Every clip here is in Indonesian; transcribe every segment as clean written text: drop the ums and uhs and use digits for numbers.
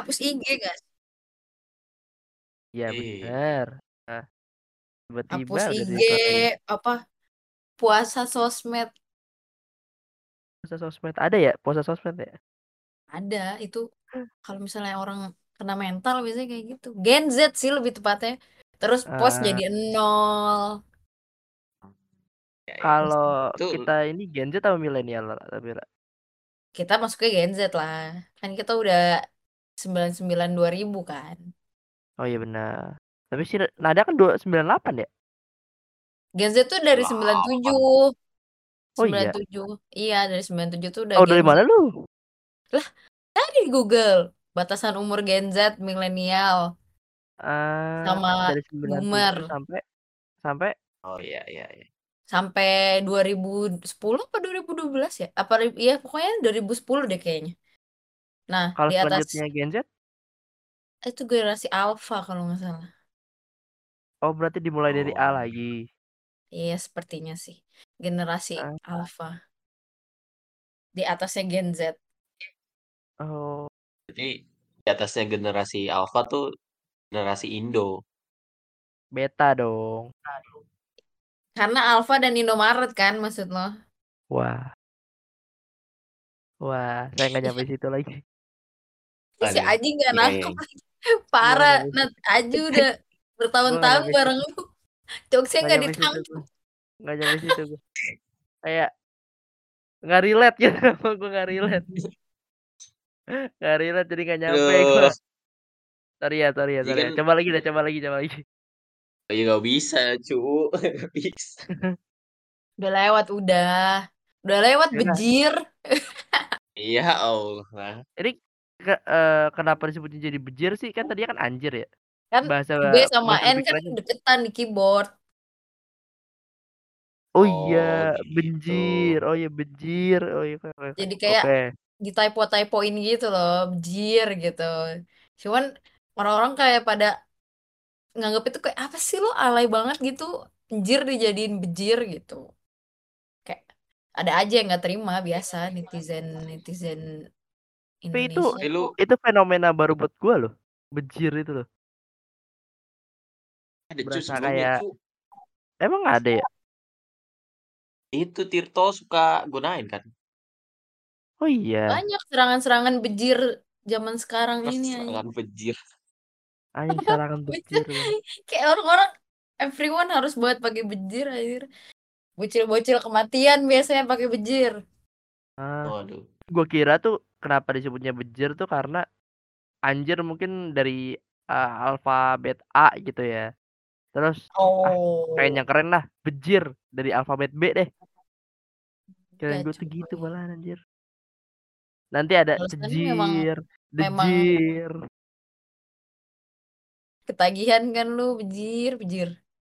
hapus IG nggak sih? Iya bener. Nah, tiba-tiba Hapus udah IG, dikeluarin. apa, puasa sosmed. Puasa sosmed ada ya? Puasa sosmed ya? Ada, itu kalau misalnya orang kena mental biasanya kayak gitu. Gen Z sih lebih tepatnya. Terus post Ah, jadi nol. Ya. kalau Itu kita ini Gen Z atau milenial tapi Kita masuknya Gen Z lah. Kan kita udah 99 2000 kan. oh iya benar. Tapi si Nada kan 298 ya? Gen Z tuh dari 8. 97. Oh iya. 97. Iya, dari 97 tuh udah Tahu dari Gen Z. mana lu? Lah, tadi di Google. Batasan umur Gen Z, milenial, sama Dari 97 boomer. sampai sampai Oh iya iya iya. Sampai 2010 apa 2012 ya? Apa ya pokoknya 2010 deh kayaknya. Nah, kalau di atas selanjutnya Gen Z, itu generasi Alpha kalau nggak salah. oh berarti dimulai dari A Oh. lagi. Iya, sepertinya sih. Generasi Ah, Alpha. Di atasnya Gen Z. oh, Jadi di atasnya generasi Alpha tuh generasi Indo. beta dong. Karena Alpha dan Indomaret kan maksud lo. Wah, wah, saya nggak nyampe situ lagi. Si Aduh. Aji nggak Iya iya. nangkep. Gue nggak Parah. nyampe Nah, situ. Aji udah Gue nggak bertahun-tahun nyampe bareng situ. lu. Jokesnya Nggak nggak nyampe situ gue. ditangkep. Nggak nyampe situ gue. Kayak nggak relate gitu. Gue nggak relate. Nggak relate jadi nggak nyampe gue. Aduh. Sorry ya, sorry ya, Jadi sorry kan ya. Coba lagi deh, coba lagi, coba lagi. ya nggak bisa cu. Nggak bisa. Udah lewat, udah. Udah lewat Ya nggak. bejir. Iya Allah. Ini kenapa disebutnya jadi bejir sih? Kan tadinya kan anjir ya. Kan Bahasa B sama bahasa N kan kepikirannya. deketan di keyboard. Oh iya, Oh gitu. benjir. Oh iya, benjir. Oh iya, oke, oke. Jadi kayak Oke. di-typo-typoin gitu loh, bejir gitu. Cuman orang-orang kayak pada nganggap itu kayak apa sih lo alay banget gitu. Bejir dijadiin bejir gitu. Kayak ada aja yang nggak terima biasa netizen Tapi Indonesia. Tapi lu itu fenomena baru buat gua loh. Bejir itu loh. ada cu Berasa sebelumnya kayak cu. emang ada ya? Itu Tirto suka gunain kan. Oh iya. Banyak serangan-serangan bejir zaman sekarang ini Serangan anjing. bejir. Anjing serangan Bejir. bejir bener. Kayak orang-orang everyone harus buat pakai bejir anjir. Bocil-bocil kematian biasanya pakai bejir. Ah, Waduh. gua kira tuh kenapa disebutnya bejir tuh karena anjir mungkin dari alfabet A gitu ya. Terus kayaknya Oh, keren lah, bejir dari alfabet B deh. Kirain enggak gue tuh gitu cuy. malah anjir. Nanti ada Alasannya memang tejir, memang dejir. ketagihan kan lu bejir, bejir.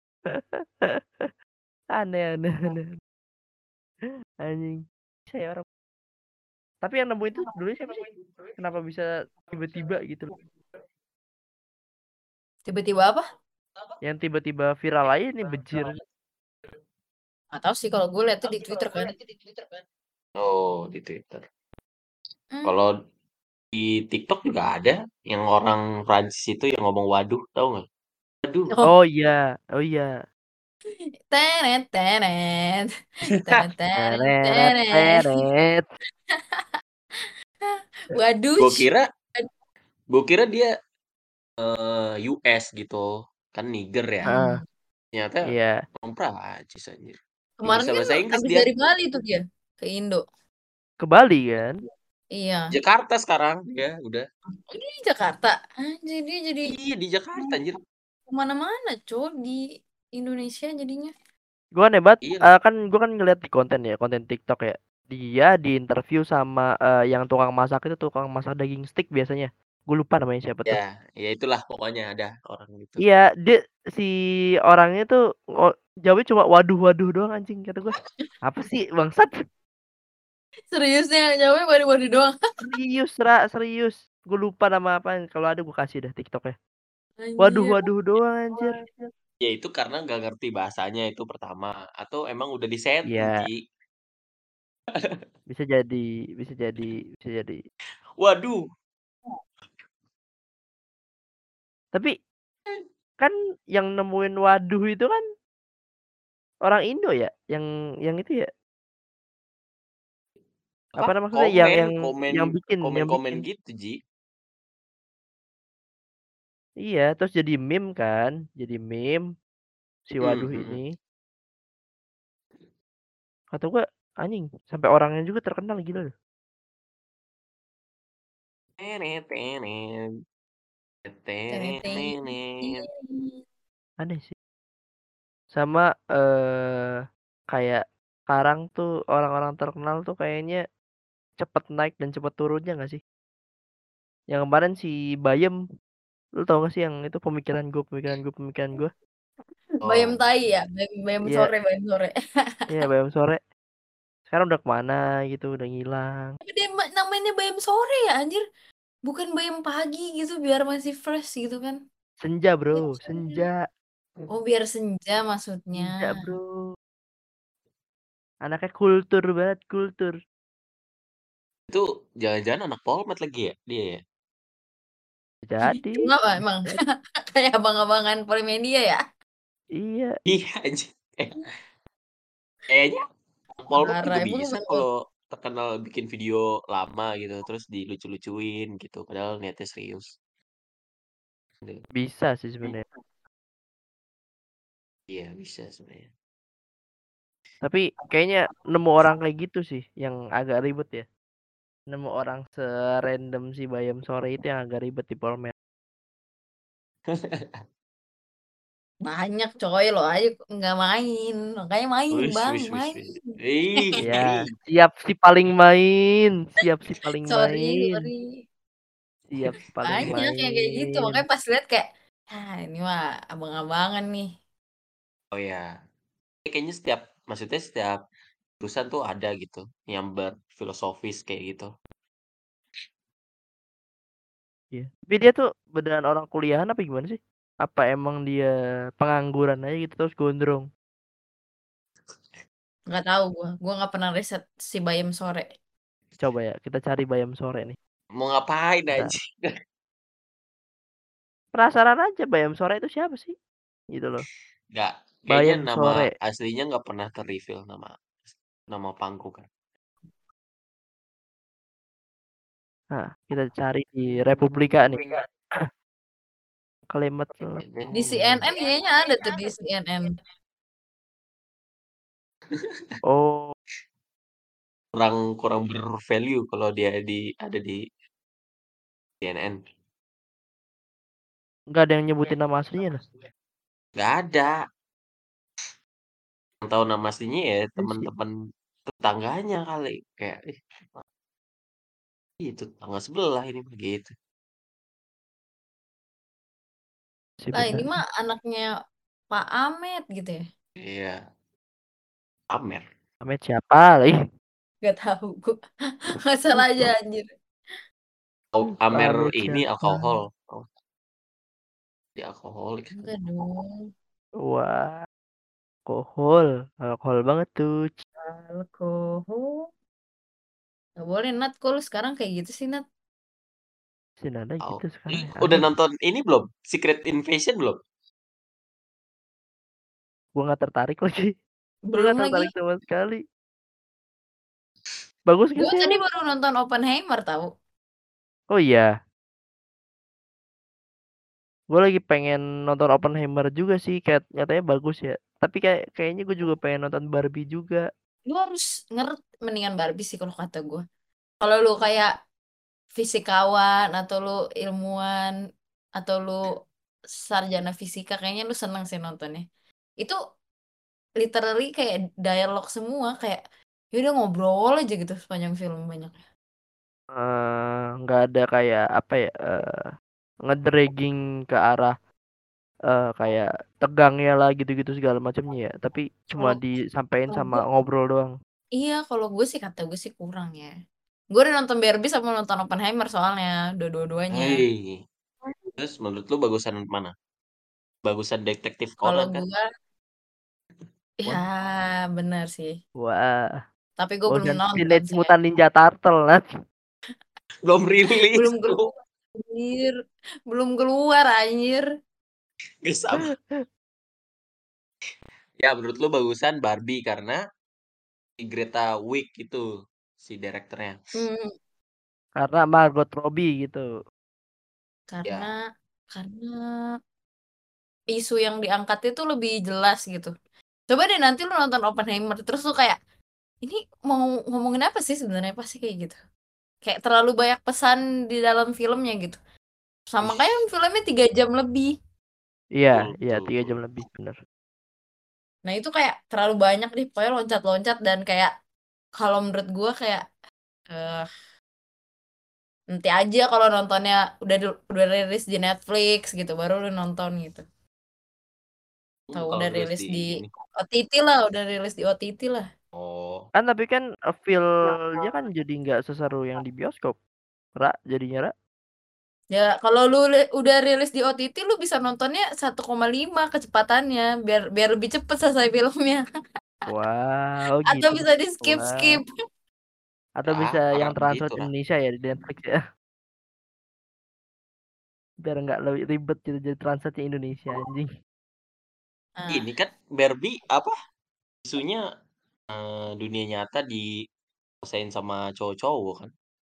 Aneh, aneh, aneh. Anjing. Saya orang. Tapi yang nemu itu dulu siapa sih? Kenapa bisa tiba-tiba gitu loh? Tiba-tiba apa? Yang tiba-tiba viral aja nih bejir. Nggak tahu sih kalau gue lihat tuh di Twitter kan. Oh di Twitter. Hmm. Kalau di TikTok juga ada yang orang Prancis itu yang ngomong waduh, tahu nggak? Waduh. Oh, Oh iya, oh iya. tenet tenet tenet tenet Teret, tenet. teret. Waduh. Gue kira, gue kira dia US gitu, kan Niger ya. Heeh, Hmm. Ternyata iya. orang Prancis anjir. Kemarin Bisa kan bahasa Inggris habis dia. dari Bali tuh dia ke Indo. Ke Bali kan? Iya. Jakarta sekarang ya udah. Ini di Jakarta. Anjir dia jadi Iya di Jakarta anjir. kemana-mana, Cok, di Indonesia jadinya. Gue aneh banget, Iya. kan gue kan ngeliat di konten ya, konten TikTok ya. Dia di interview sama yang tukang masak itu, tukang masak daging stick biasanya. Gue lupa namanya siapa tuh. Ya, ya itulah pokoknya ada orang gitu. Iya, dia si orangnya tuh jawabnya cuma waduh waduh doang anjing kata gue. Apa sih bangsat? Seriusnya jawabnya baru-baru doang. Serius, serius. Gue lupa nama apa. Kalau ada gue kasih dah TikToknya. Waduh Anjir. waduh doang anjir. Ya itu karena nggak ngerti bahasanya itu pertama. Atau emang udah disetting, Iya, Ci. bisa jadi, bisa jadi, bisa jadi. Waduh. Tapi kan yang nemuin waduh itu kan orang Indo ya, yang itu ya. Apa? Apa namanya maksudnya Komen, yang komen, yang komen-komen bikin. gitu, Ji. Iya, terus jadi meme kan, jadi meme si waduh ini. Kata gua anjing, sampai orangnya juga terkenal gila loh. Tenet, tenet. Tenet. Tenet. Aneh sih. Sama kayak sekarang tuh orang-orang terkenal tuh kayaknya cepet naik dan cepet turunnya nggak sih? Yang kemarin si Bayem, lu tau gak sih yang itu pemikiran gue? Bayam Oh, tai ya, bayam Iya, sore, bayam sore. iya Bayem sore. Sekarang udah kemana gitu, udah ngilang. Tapi dia namanya bayam sore ya anjir. Bukan bayam pagi gitu biar masih fresh gitu kan. Senja Bayam bro, sore. senja, Oh biar senja maksudnya. senja bro. Anaknya kultur banget, kultur. itu jangan-jangan anak Polmed lagi ya dia ya? Jadi, Kenapa emang? Kayak abang-abangan Polimedia ya? iya, Iya aja. Kayaknya anak Polmed Parah, juga emang bisa betul. kalau terkenal bikin video lama gitu terus dilucu-lucuin gitu padahal niatnya serius. Gitu. bisa sih sebenarnya. Iya bisa sebenarnya. Tapi kayaknya nemu orang kayak gitu sih yang agak ribet ya. Nemu orang serandom si Bayam sore itu yang agak ribet di Polmed. Banyak coy lo aja nggak main. Makanya main Wis bang, wis wis main. wis. Ih, Ya, siap si paling main, siap si paling Sorry, main, sorry. siap si paling Banyak yang kayak gitu. main. Makanya pas lihat kayak, ah ini mah abang-abangan nih. oh ya. Kayaknya maksudnya setiap jurusan tuh ada gitu yang berfilosofis kayak gitu. Iya. Tapi dia tuh beneran orang kuliahan apa gimana sih? Apa emang dia pengangguran aja gitu terus gondrong? Nggak tahu gue. Gue nggak pernah riset si bayam sore. Coba ya, kita cari Bayam sore nih. Mau ngapain Bentar. aja? Penasaran aja Bayam sore itu siapa sih? Gitu loh. Nggak, kayaknya Bayam nama sore. aslinya nggak pernah ter-reveal nama nama pangku kan. Nah, kita cari di Republika nih. Kalimat Di CNN kayaknya ada tuh di CNN. oh, kurang kurang bervalue kalau dia ada di CNN. nggak ada yang nyebutin nama aslinya loh. Nggak ada. Yang tahu nama aslinya ya Iya sih. teman-teman tetangganya kali. Kayak, itu tetangga sebelah ini begitu. Sih Lah ini benar mah sih. anaknya Pak Ahmed gitu ya. Iya, Amer. Namanya siapa lagi? Gak tahu gue. Nggak salah aja Lupa. anjir. Oh, Amer Ahmed ini siapa? alkohol. Oh, dia alkoholik. Enggak dong. Wah, alkohol. Alkohol banget tuh. Alkohol. Gak boleh Nat. Kok lu sekarang kayak gitu sih Nat? Si Nada Oh. gitu sekarang ya. Udah Aneh. nonton ini belum? Secret Invasion belum? Gua nggak tertarik lagi. Gua Belum nggak lagi. tertarik sama sekali. Bagus gak Gue sih tadi emang? baru nonton Oppenheimer tahu. Oh iya, gue lagi pengen nonton Oppenheimer juga sih. Kayak nyatanya bagus ya. Tapi kayaknya gue juga pengen nonton Barbie juga. Lu harus ngerti mendingan Barbie sih kalau kata gue. Kalau lu kayak fisikawan atau lu ilmuwan atau lu sarjana fisika kayaknya lu seneng sih nontonnya. Itu literally kayak dialog semua kayak yaudah ngobrol aja gitu sepanjang film banyak. Nggak ada kayak apa ya? Ngedragging ke arah kayak tegangnya lah gitu-gitu segala macamnya ya. Tapi cuma Kalau disampaikan kalau sama gue ngobrol doang. iya kalau gue sih kata gue sih kurang ya. Gue udah nonton Barbie sama nonton Oppenheimer soalnya dua-duanya. Hei. Terus menurut lu bagusan mana? Bagusan Detektif Kalau Conan kan? gue ya Wah, bener sih. wah. Tapi gue belum Bukan nonton Teenage sih. Mutant Ninja Turtle lah. Belum rilis Belum tuh. Anjir, belum keluar anjir. Gak sama. Ya menurut lu bagusan Barbie karena si Greta Wick itu si direkturnya. Hmm, Karena Margot Robbie gitu. karena Ya, karena isu yang diangkat itu lebih jelas gitu. Coba deh nanti lu nonton Oppenheimer terus lu kayak ini mau ngomongin apa sih sebenarnya pasti kayak gitu. Kayak terlalu banyak pesan di dalam filmnya gitu. Sama wih, kayak filmnya 3 jam lebih. Iya, betul iya betul 3 jam betul. lebih bener. Nah itu kayak terlalu banyak nih, pokoknya loncat-loncat dan kayak kalau menurut gua kayak eh nanti aja kalau nontonnya udah rilis di Netflix gitu baru lu nonton gitu. Atau Kalau udah rilis rilis di di ini. OTT lah, udah rilis di OTT lah. Oh, Kan tapi kan feel-nya kan jadi nggak seseru yang di bioskop. Ra, jadinya Ra. Ya kalau lu udah rilis di OTT lu bisa nontonnya 1,5 kecepatannya biar biar lebih cepet selesai filmnya. Wow, Atau gitu. bisa di Wah. skip-skip. Atau ya bisa yang orang begitu translate lah. Indonesia ya di Netflix ya. Biar nggak lebih ribet gitu jadi translate Indonesia anjing. Ini Nah, kan Barbie apa isunya dunia nyata dikuasain sama cowok-cowok kan?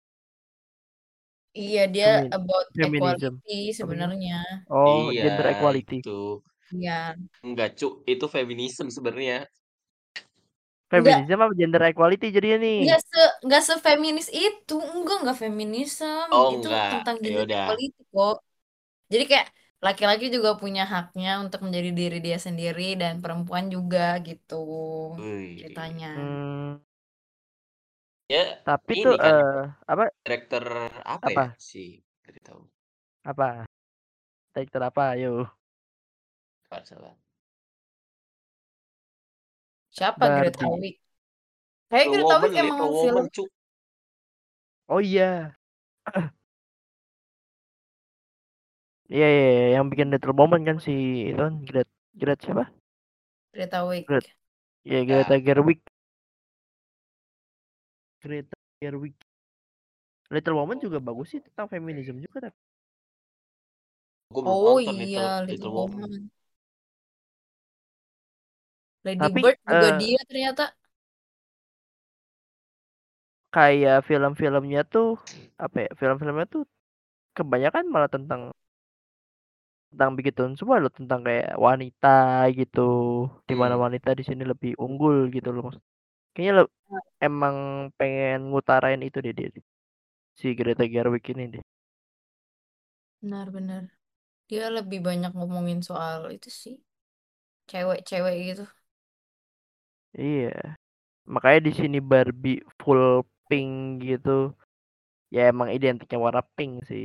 iya dia Femin about feminism. equality Apa gimana? sebenarnya. Oh, Iya, gender equality. itu. Iya. Enggak, Cuk. Itu feminisme sebenarnya. Enggak Feminism apa gender equality jadinya nih? enggak sefeminis itu. Enggak feminisme. Oh, Itu enggak. tentang Ya gender udah. equality kok. Jadi kayak laki-laki juga punya haknya untuk menjadi diri dia sendiri dan perempuan juga gitu Wih. ceritanya. Hmm, Ya, tapi tuh ini kan apa karakter apa ya apa sih? Tidak tahu. apa karakter apa yo Sabar, sabar. Siapa Greta Barbie. Wick? Kayak Greta Wick emang Little film. Woman, Cuk. Oh iya. Iya, iya, iya, yang bikin Little Woman kan si itu kan Gret siapa? Greta Gret. Wick. Iya, Greta Ya, Gerwig. Greta Gerwig. Little Woman juga bagus sih tentang feminisme juga tapi. gue belum Oh nonton iya, Little Little Little Woman. Woman. Lady Tapi Bird juga dia ternyata. kayak film-filmnya tuh apa ya? Film-filmnya tuh kebanyakan malah tentang begitu semua loh tentang kayak wanita gitu. Di mana Hmm. wanita di sini lebih unggul gitu loh. Kayaknya emang pengen ngutarain itu deh dia. Si Greta Gerwig ini deh. Benar-benar. Dia lebih banyak ngomongin soal itu sih. Cewek-cewek gitu. Iya. Makanya di sini Barbie full pink gitu. Ya emang identiknya warna pink sih.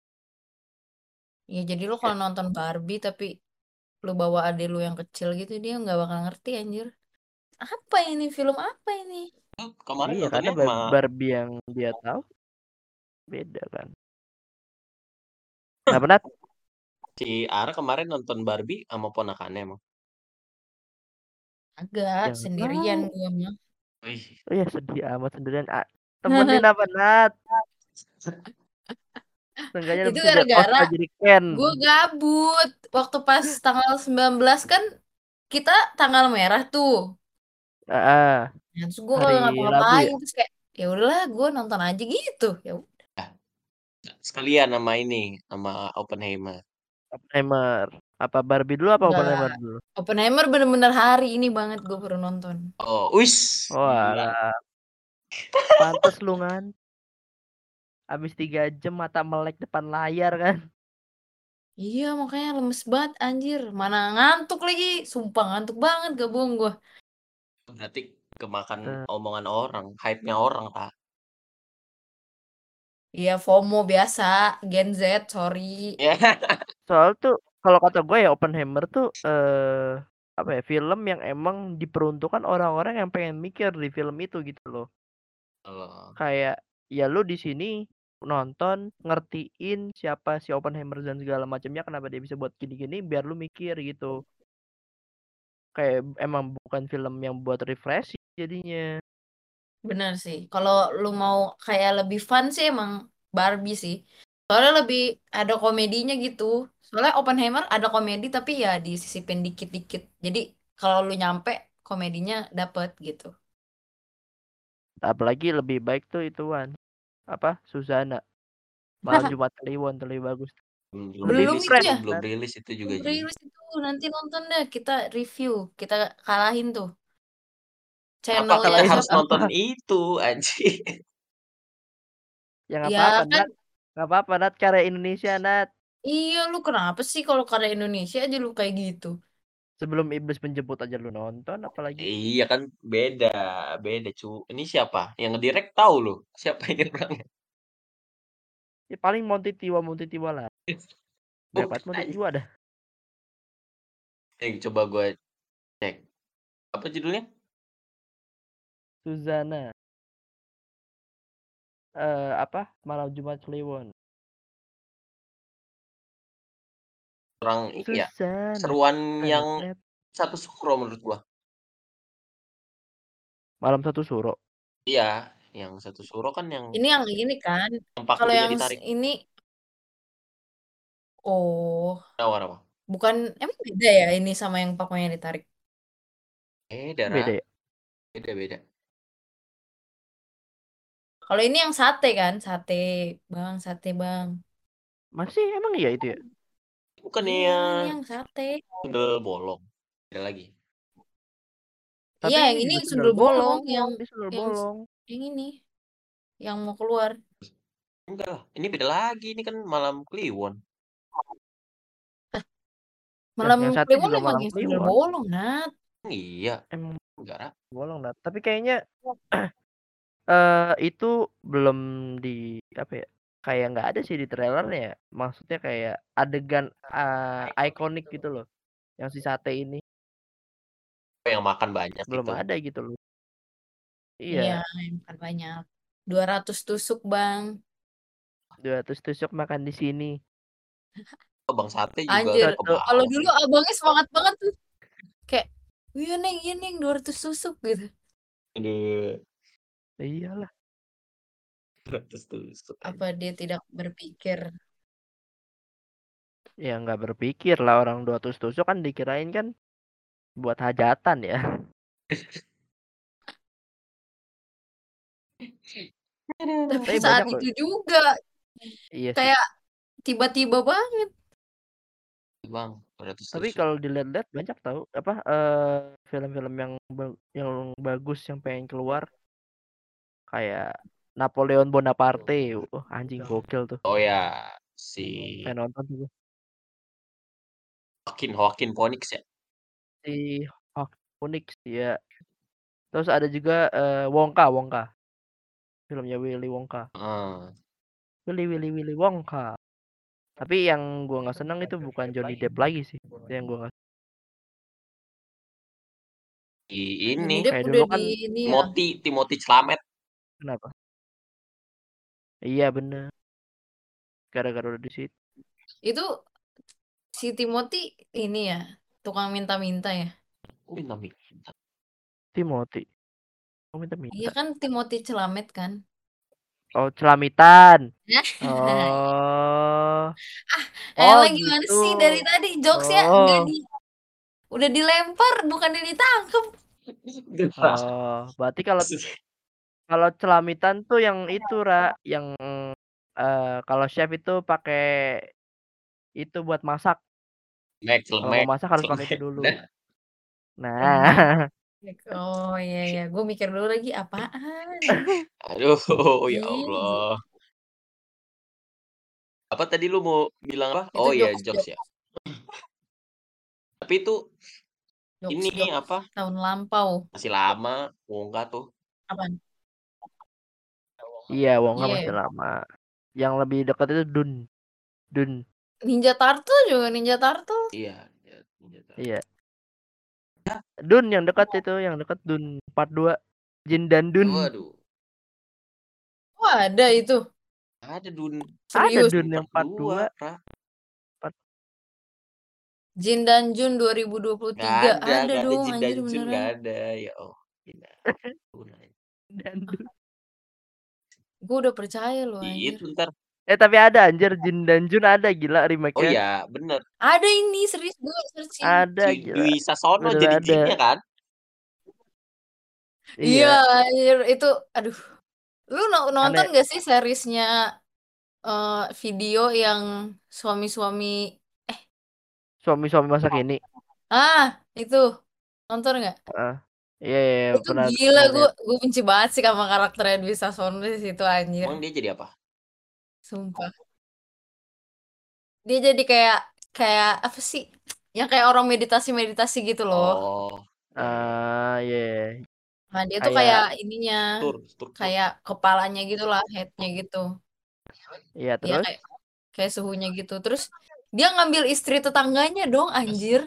Ya jadi lu Ya. kalau nonton Barbie tapi lu bawa adik lu yang kecil gitu dia nggak bakal ngerti anjir. Apa ini film apa ini? Kemarin Iya karena nontonnya sama Barbie yang dia tahu beda kan. Nggak pernah. si Ara kemarin nonton Barbie sama ponakannya emang. Agak Yang sendirian tahu. gua mah. Wih. Oh ya sedih amat sendirian. Ah, temenin apa Nat? Seenggaknya Itu bisa lihat gara-gara Oscar jadi Ken. gue gabut waktu pas tanggal 19 kan kita tanggal merah tuh. Ah, Nah, terus gue hari gak Rabu ngapa-ngapain ya. terus kayak ya udahlah gue nonton aja gitu. Ya udah. Ah, sekalian sama ini sama Oppenheimer. Oppenheimer. Apa Barbie dulu apa Enggak. Oppenheimer dulu? Oppenheimer bener-bener hari ini banget gue baru nonton. Oh, wis, Oh gila. alah. Pantes lu kan. Habis 3 jam mata melek depan layar kan. Iya makanya lemes banget anjir. Mana ngantuk lagi. Sumpah ngantuk banget gak bohong gue. Berarti kemakan Tuh. omongan orang, hype-nya orang, Kak. Iya FOMO biasa. Gen Z sorry. Ya. Soal tuh kalau kata gue ya Oppenheimer tuh apa ya film yang emang diperuntukkan orang-orang yang pengen mikir di film itu gitu loh. Oh, Kayak ya lu di sini nonton ngertiin siapa si Oppenheimer dan segala macamnya kenapa dia bisa buat gini-gini biar lu mikir gitu. Kayak emang bukan film yang buat refreshing jadinya. Bener sih. Kalau lu mau kayak lebih fun sih emang Barbie sih. Soalnya lebih ada komedinya gitu. Soalnya Oppenheimer ada komedi tapi ya disisipin dikit-dikit. Jadi kalau lu nyampe komedinya dapet gitu. Apalagi lebih baik tuh ituan apa Susana Malam Jumat Kliwon tuh lebih bagus. Belum Lebih Belum rilis itu itu, ya? fresh belum kan. rilis itu juga Belum Ji. rilis itu. Nanti nonton deh. Kita review. Kita kalahin tuh. Apa Channelnya kita Kalahin harus siapa? nonton apa? itu, anjing? Ya nggak apa-apa Ya kan? Nat. Nggak apa-apa Nat karya Indonesia Nat. Iya lu kenapa sih kalau karya Indonesia aja lu kayak gitu? Sebelum iblis menjemput aja lu nonton apalagi. Iya kan beda, beda cu. Ini siapa? Yang ngedirect tahu loh. Siapa ini orangnya? Ya paling Monty Tiwa lah. Banyak banget Monty Bukan. Tiwa dah. Coba gue cek. Apa judulnya? Susana apa Malam Jumat Kliwon. Orang ini ya. Susana. Seruan yang Net, net. satu sukro menurut gua. Malam Satu Suro. Iya, yang satu suro kan Ini yang ini kan. yang Kalau pakunya yang ditarik. ini, oh, Nawar apa? bukan emang beda ya ini sama yang pakunya ditarik. Beda Darah. ya? Beda beda. Kalau ini yang sate kan, sate, bang, sate bang. Masih emang iya itu ya? Bukannya Iya, ini yang yang sate. sundel bolong. Ada lagi. Iya, Tapi yang ini ini juga yang sundel sundel bolong, bolong. yang Ini sundel yang bolong. yang ini, yang mau keluar. Enggak lah, ini beda lagi. Ini kan malam Kliwon. Nah, Malam yang satu Kliwon juga emang Malam yang sundel Kliwon. bolong, Nat. Iya, Emang enggak lah. bolong dah. Tapi kayaknya itu belum di apa ya? Kayak nggak ada sih di trailernya ya. Maksudnya kayak adegan ikonik gitu loh. Yang si sate ini Yang makan banyak belum itu. ada gitu loh. Iya, Iya, makan banyak. 200 tusuk, Bang. 200 tusuk makan di sini. Oh, Bang Sate juga Anjir. ke Satu. Kalau bawah dulu sih. abangnya semangat banget tuh. Kayak, iya neng, 200 tusuk gitu. Aduh, Iyalah. 100 tusuk Apa aja. dia tidak berpikir? Ya nggak berpikir lah orang 200 tusuk kan dikirain kan buat hajatan ya. Tapi Tapi saat banyak loh. itu juga Iya sih. kayak tiba-tiba banget. Bang, 200 Tapi tusuk. kalau dilihat-lihat banyak tahu apa film-film yang bagus yang pengen keluar kayak Napoleon Bonaparte. Anjing gokil tuh. Oh ya, si Pengen nonton tuh gua. Joaquin Phoenix ya. Si Phoenix ya. Terus ada juga Wongka. Filmnya Willy Wonka. Heeh. Willy Wonka. Tapi yang gua nggak seneng itu bukan Johnny Depp lagi sih. Itu yang gua nggak. Ini Johnny Depp Kayak dulu udah di kan ini ya. Timothy Chalamet. kenapa? Iya bener. Gara-gara udah di situ. Itu si Timothy ini ya, tukang minta-minta ya. Oh, minta. Timothy. Oh Iya minta-minta. kan Timothy Chalamet kan. Oh celamitan. Oh. Oh Lagi gimana gitu. sih dari tadi jokesnya nggak Oh. di udah dilempar bukannya ditangkap. Berarti kalau kalau celamitan tuh yang itu yang kalau chef itu pakai itu buat masak. Kalau mau Celemek, masak harus pakai itu celemek. dulu. Dah. Lemek. Nah, Oh iya ya, gue mikir dulu lagi apaan. Aduh, ya Gizi. Allah. Apa tadi lu mau bilang apa? Itu Oh ya, jokes jokes ya. jokes Tapi itu jokes ini jokes apa? tahun lampau. Masih lama, Wongka tuh. Apaan? iya Wonga Iya masih ya. lama. Yang lebih dekat itu Dun. Dun. Ninja Turtle juga Ninja Turtle. Iya, ya, Ninja Turtle. Iya. Dun yang dekat itu, yang dekat Dun part 2. Jin dan Dun. Waduh, Oh ada itu. ada Dun. Ada Serius. Dun yang Part part 2, 2. Pra. Part... Jin dan Jun 2023. Ada Nggak ada dong Jin dan anjir Jun, beneran. nggak ada. Ya oh, gila. dan Dun. Gue udah percaya loh anjir. Itu ntar. Tapi ada anjir Jin dan Jun ada gila Oh remake-nya. iya, bener. Ada ini serius gue searching. Ada Si gila. Dwi Sasono Bener jadi ada. jinnya kan? Iya, Iya, anjir, itu aduh. Lu nonton aneh. gak sih seriesnya video yang suami-suami Suami-suami masa kini. itu nonton nggak? Ah, iya, iya, iya, Itu pernah gila pernah gue lihat. gue benci banget sih sama karakternya Dwi Sasono di situ anjir. Emang dia jadi apa? Sumpah. Dia jadi kayak kayak apa sih? Yang kayak orang meditasi-meditasi gitu loh. Oh, ya ya ya. Iya, iya. Nah, dia tuh Kayak kayak ininya, Struktur. kayak kepalanya gitu lah, headnya gitu. iya Iya terus kayak kayak suhunya gitu. Terus dia ngambil istri tetangganya dong, anjir.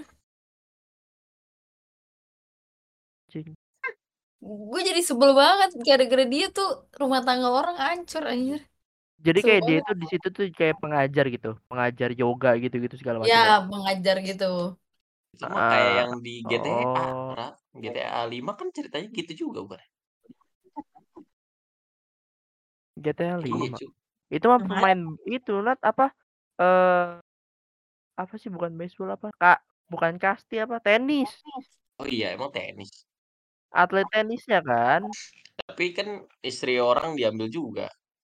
cing. Gue jadi sebel banget gara-gara dia tuh rumah tangga orang hancur anjir. Jadi Sebel kayak dia banget. itu di situ tuh kayak pengajar gitu, pengajar yoga gitu-gitu segala Ya, macam ya. mengajar gitu. Itu mah kayak Ah, yang di GTA, oh, GTA 5 kan ceritanya gitu juga bukan? GTA Iya, 5. cu. Itu mah Yang mana? pemain itu Nat apa? Eh apa sih bukan baseball apa? Kak, bukan kasti apa? Tenis. Oh iya, emang tenis. Atlet tenisnya kan? Tapi kan istri orang diambil juga.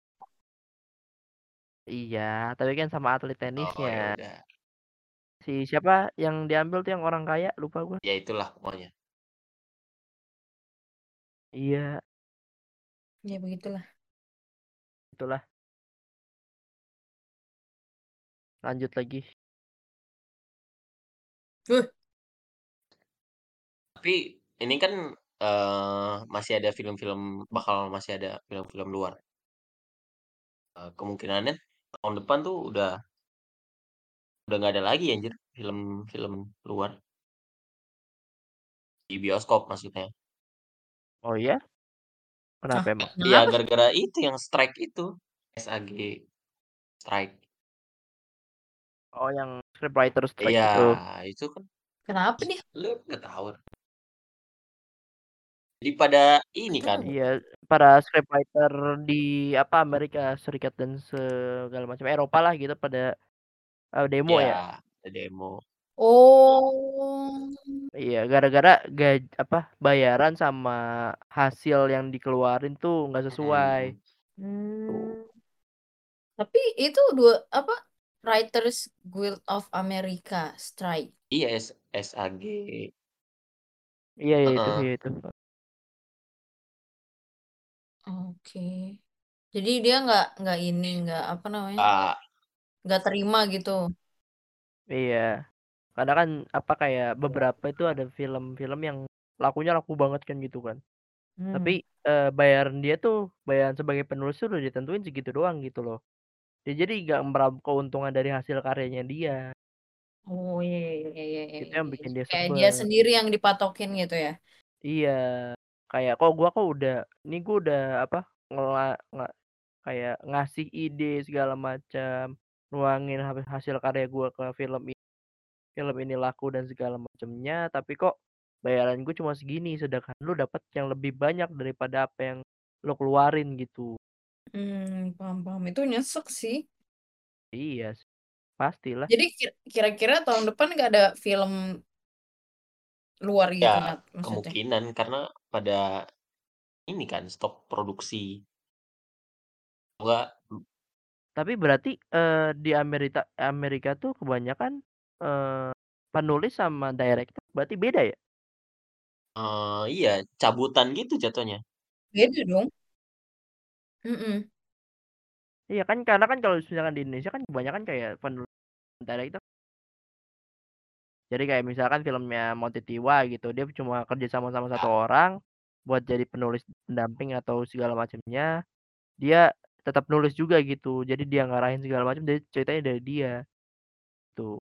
Iya, tapi kan sama atlet Oh tenisnya. ya udah. Si siapa yang diambil tuh yang orang kaya? Lupa gue. Ya itulah pokoknya. Iya, Ya begitulah. itulah. Lanjut lagi. Uh, Tapi ini kan masih ada film-film masih ada film-film luar. Kemungkinannya tahun depan tuh udah nggak ada lagi anjir film-film luar di bioskop maksudnya. Oh iya, ah, kenapa emang? Iya, kenapa? gara-gara itu yang strike itu. SAG strike. Oh yang scriptwriter strike Iya, itu. itu kan Kenapa dia? lu nggak tahu. Jadi pada Gak ini kan. tahu. Iya, para scriptwriter di apa Amerika Serikat dan segala macam Eropa lah gitu pada demo Ya, ya. ada demo. Oh. Iya, gara-gara apa bayaran sama hasil yang dikeluarin tuh nggak sesuai. Mhm. Tuh. Hmm. Tapi itu dua apa? Writers Guild of America strike. Iya, SAG. Iya, iya itu, Heeh. iya itu. Oke. Jadi dia nggak ini nggak apa namanya? Ah, Nggak terima gitu. Iya. Karena kan apa kayak beberapa itu ada film-film yang lakunya laku banget kan gitu kan. Tapi Hmm. bayaran dia tuh bayaran sebagai penulis tuh udah ditentuin segitu doang gitu loh. Ya, jadi nggak meraup keuntungan dari hasil karyanya dia. Oh iya iya iya iya. Iya, Itu iya. yang bikin dia Kayak dia sebel. sendiri yang dipatokin gitu ya. Iya. Kayak kok udah ini gua udah apa kayak ngasih ide segala macam, nuangin hasil karya gua ke film ini laku dan segala macamnya, tapi kok bayaran gue cuma segini, sedangkan lu dapat yang lebih banyak daripada apa yang lu keluarin gitu. Paham paham. Itu nyesek sih. Iya, pastilah. Jadi kira-kira tahun depan nggak ada film luar ya gitu Nat maksudnya. kemungkinan karena pada ini kan stop produksi. Enggak, Tapi berarti di Amerika Amerika tuh kebanyakan eh, penulis sama director berarti beda ya? iya cabutan gitu jatuhnya. Beda dong. Mm-mm. Iya kan karena kan kalau misalkan di Indonesia kan kebanyakan kayak penulis dan director. Jadi kayak misalkan filmnya Monty Tiwa gitu, dia cuma kerja sama sama satu Ya, orang buat jadi penulis pendamping atau segala macamnya. Dia tetap nulis juga gitu. Jadi dia ngarahin segala macam jadi ceritanya dari dia tuh.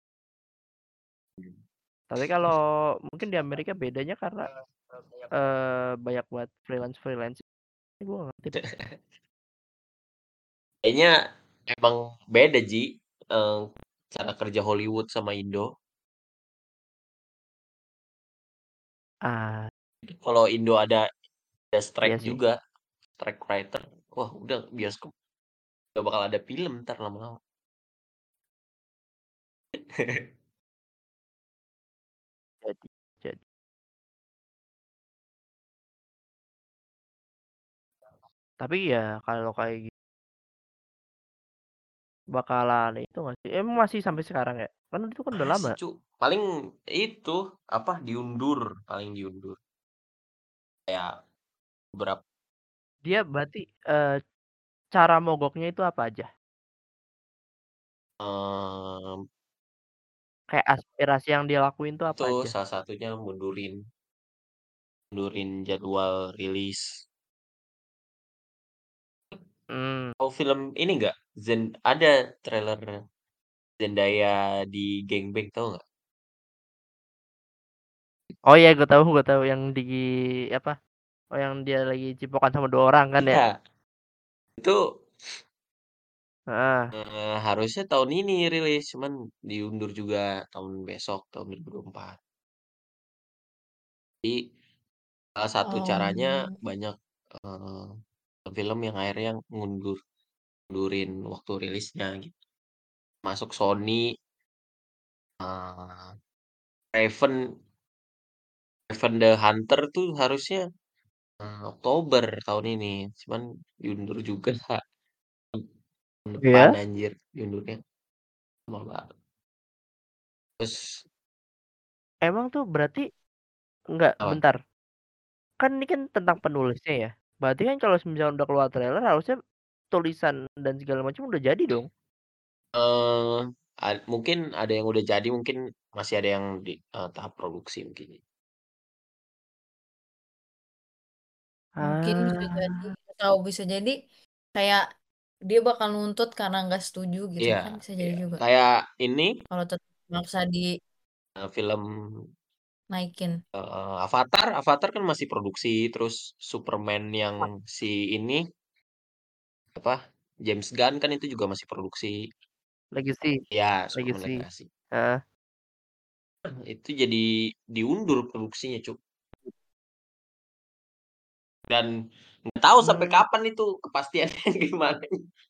Tapi kalau mungkin di Amerika bedanya karena banyak buat freelance. Gue gak ngerti deh. kayaknya emang beda Ji, eee, cara kerja Hollywood sama Indo. Ah, Kalau Indo ada iya strike sih. juga, strike writer, wah udah bioskop Gak bakal ada film ntar lama-lama. Jadi jadi. Tapi ya kalau kayak gitu bakalan itu nggak sih? Emang masih sampai sekarang ya? Kan itu kan udah lama. Masih, Cuk. Paling itu apa diundur, paling diundur. Kayak beberapa Dia berarti cara mogoknya itu apa aja? em, Kayak aspirasi yang dia lakuin tuh apa itu aja? salah satunya mundurin jadwal rilis. Hmm. Oh, film ini enggak? Ada trailer Zendaya di Gangbang, tahu nggak? Oh iya gue tahu yang di apa? Oh yang dia lagi cipokan sama 2 orang kan ya? Iya, itu Heeh. harusnya tahun ini rilis, cuman diundur juga tahun besok, tahun 2024. Jadi salah satu caranya Oh, banyak eh, film yang akhirnya ngundurin waktu rilisnya gitu. Masuk Sony, eh, Raven, Raven the Hunter tuh harusnya Oktober tahun ini, cuman diundur juga tahun depan Iya. anjir diundurnya lama banget. Terus Emang tuh berarti enggak apa? bentar. Kan ini kan tentang penulisnya ya. Berarti kan kalau misalnya udah keluar trailer harusnya tulisan dan segala macam udah jadi dong. eh mungkin ada yang udah jadi, mungkin masih ada yang di tahap produksi mungkin. mungkin bisa jadi. Ah. Tahu bisa jadi kayak dia bakal nuntut karena nggak setuju gitu Iya, kan bisa jadi iya. juga. Kayak ini Kalau tetap maksa film dinaikin. Avatar, Avatar kan masih produksi, terus Superman yang si ini apa? James Gunn kan itu juga masih produksi. Legacy. Ya, Superman Legacy. Legacy. Ah. Itu jadi diundur produksinya, Cuk. Dan nggak tahu sampai Hmm. kapan itu kepastiannya gimana.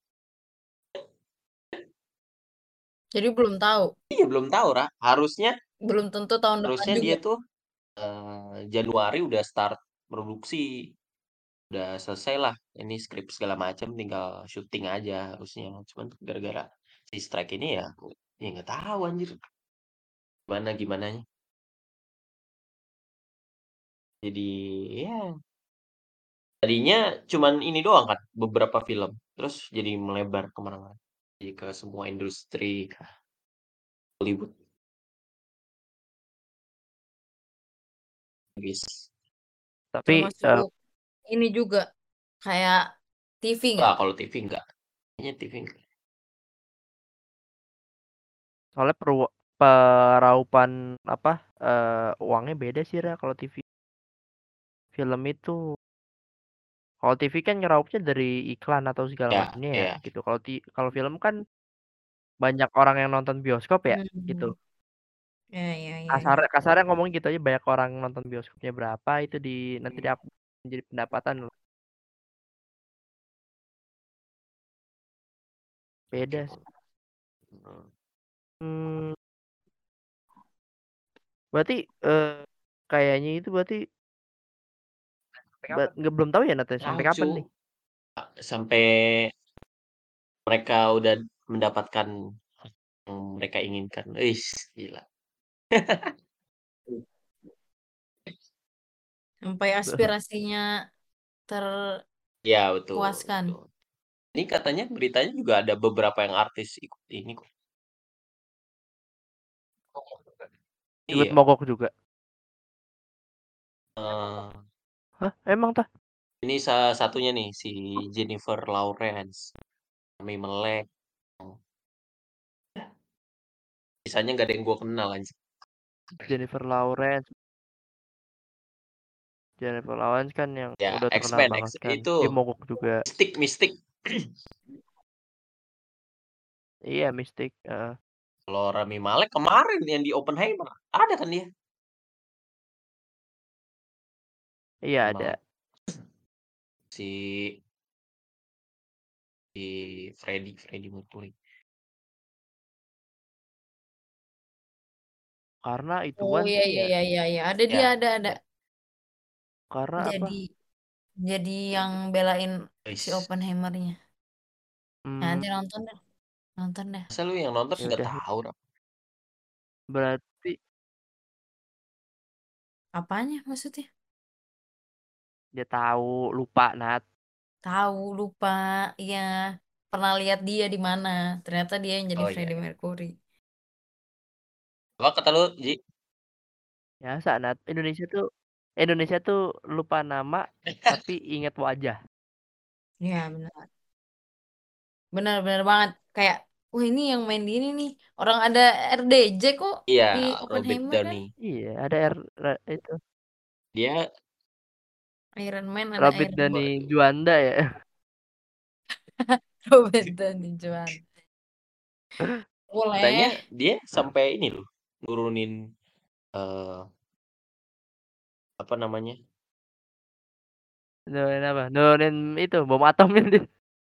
Jadi belum tahu. Iya, belum tahu, Ra. Harusnya Belum tentu tahun depan harusnya dia juga. tuh Januari udah start produksi, udah selesai lah ini skrip segala macam, tinggal syuting aja harusnya. Cuman gara-gara si strike ini ya nggak tahu anjir gimana gimananya. Jadi ya tadinya cuman ini doang kan beberapa film, terus jadi melebar kemana-mana. Jadi ke semua industri Hollywood, guys. Tapi Termasuk ini juga kayak TV nggak? Wah, kalau TV enggak. Kayaknya TV enggak. soalnya peraupan apa uangnya beda sih Ra kalau TV. Film itu kalau TV kan nyeraupnya dari iklan atau segala Ya, macamnya ya ya. gitu. Kalau film kan banyak orang yang nonton bioskop ya gitu. Hmm. Ya, ya, ya, Kasar ya. kasarnya ngomong gitu aja banyak orang nonton bioskopnya berapa itu nanti Hmm, di menjadi pendapatan loh. oke, Beda sih. kalau Hmm, berarti kayaknya itu berarti nggak belum tahu ya Nat ya, tahu sampai kapan cu nih? sampai mereka udah mendapatkan yang mereka inginkan. Gila. Sampai aspirasinya Ya, betul, terpuaskan. betul. Ini katanya beritanya juga ada beberapa yang artis ikut ini kok. Ikut Iya. mogok juga. eh, Hah, emang tah? ini salah satunya nih si Jennifer Lawrence, Rami Malek. Sisanya nggak ada yang gue kenal anjir. Jennifer Lawrence. Jennifer Lawrence kan yang Ya, udah terkenal X-Men, banget kan. itu Dia mogok juga. mistik. Iya, Mystic. Kalau Rami Malek kemarin yang di Oppenheimer ada kan dia? Iya Rami ada. Malek. Si si Freddie Mercury. Karena Oh ituan iya sih iya ya. iya iya iya. Ada dia Ya, ada. Karena apa? Jadi yang belain si guys. Oppenheimer-nya. Nah, Hmm, nanti nonton deh. Nonton deh. Masa lu yang nonton ya nggak udah. tahu, Rap? Berarti Apanya maksudnya? dia tahu, lupa Nat. Tahu, lupa. Iya. Pernah lihat dia di mana. Ternyata dia yang jadi Oh iya. Freddie Mercury. Apa kata lu, Ji? Ya, Nat. Indonesia tuh lupa nama tapi ingat wajah. Iya, benar. Benar-benar banget. Kayak, wah ini yang main di ini nih. Orang ada RDJ kok Iya, di Robert Oppenheimer kan. Downey. Iya, ada itu Dia, Iron Man ada Robert Iron Man. Downey waduh, Juanda ya. Robert Downey Jr. katanya Boleh. dia sampai ini loh, nurunin eh apa namanya? Nurunin apa? Nurunin itu bom atomnya dia.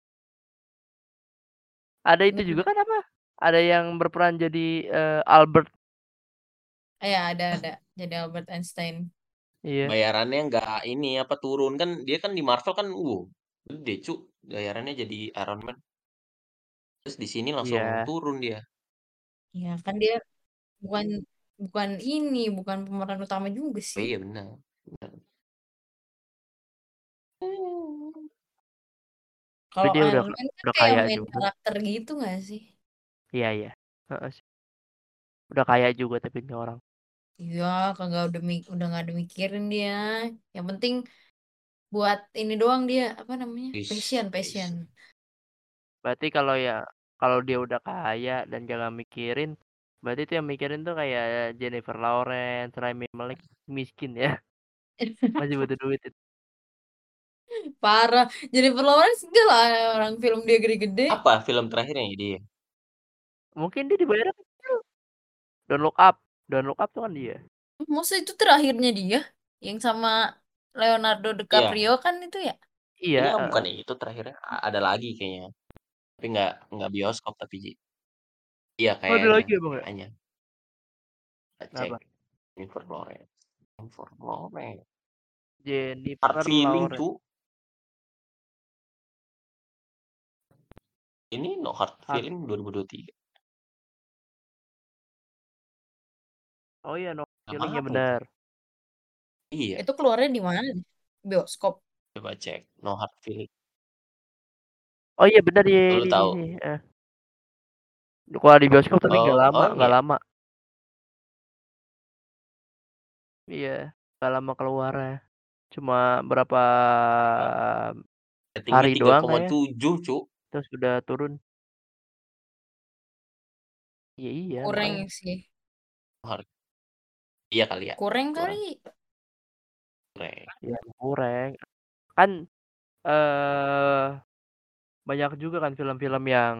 Ada itu juga kan apa? Ada yang berperan jadi Albert. Ya ada. Jadi Albert Einstein. Iya. Bayarannya nggak ini apa turun kan dia kan di Marvel kan gede bayarannya jadi Iron Man. Terus di sini langsung Iya. turun dia. Ya kan dia bukan bukan ini, bukan pemeran utama juga Oh sih. iya benar. Benar. Tapi Kalau dia udah Iron Man kan udah kayak kaya main juga. karakter gitu nggak sih? Iya, iya. Heeh sih. Udah kaya juga tapi ini orang. Iya, kagak udah nggak ada mikirin dia. Yang penting buat ini doang dia apa namanya? Wis, Passion. wis. Berarti kalau dia udah kaya dan jangan mikirin, berarti itu yang mikirin tuh kayak Jennifer Lawrence, Rami Malek miskin ya. Masih butuh duit itu. Parah. Jennifer Lawrence enggak lah orang film dia gede-gede. Apa film terakhirnya ya dia? Mungkin dia dibayar kecil. Don't Look Up. Don't Look Up tuh kan dia. Masa itu terakhirnya dia yang sama Leonardo Iya, DiCaprio kan itu ya? Iya, kayaknya bukan heeh. itu terakhirnya. Ada lagi kayaknya. Tapi nggak bioskop tapi Ji. Iya Oh, ada kayaknya, lagi ya, Bang ya? kayaknya. Kita cek Apa? Jennifer Lawrence. Jennifer Lawrence. Hard Jennifer feeling Lawrence. cu. Ini No Hard Hard. Feeling 2023. Oh iya, No Feeling ya Apa itu? benar. Iya, Itu keluarnya di mana? Bioskop. coba cek No Hard Feeling. Oh iya benar ya Lu ini tahu? sih. Kalau di bioskop tapi nggak Oh, lama, oh nggak iya. lama. Iya, nggak lama keluarnya. Cuma berapa Ratingnya hari tiga doang koma kayak. tujuh cu. Terus udah turun. Iya iya Kurang makanya. sih. Hard. Iya kali ya. Kurang Kurang. kali. Kurang. Iya kurang. Kan eh banyak juga kan film-film yang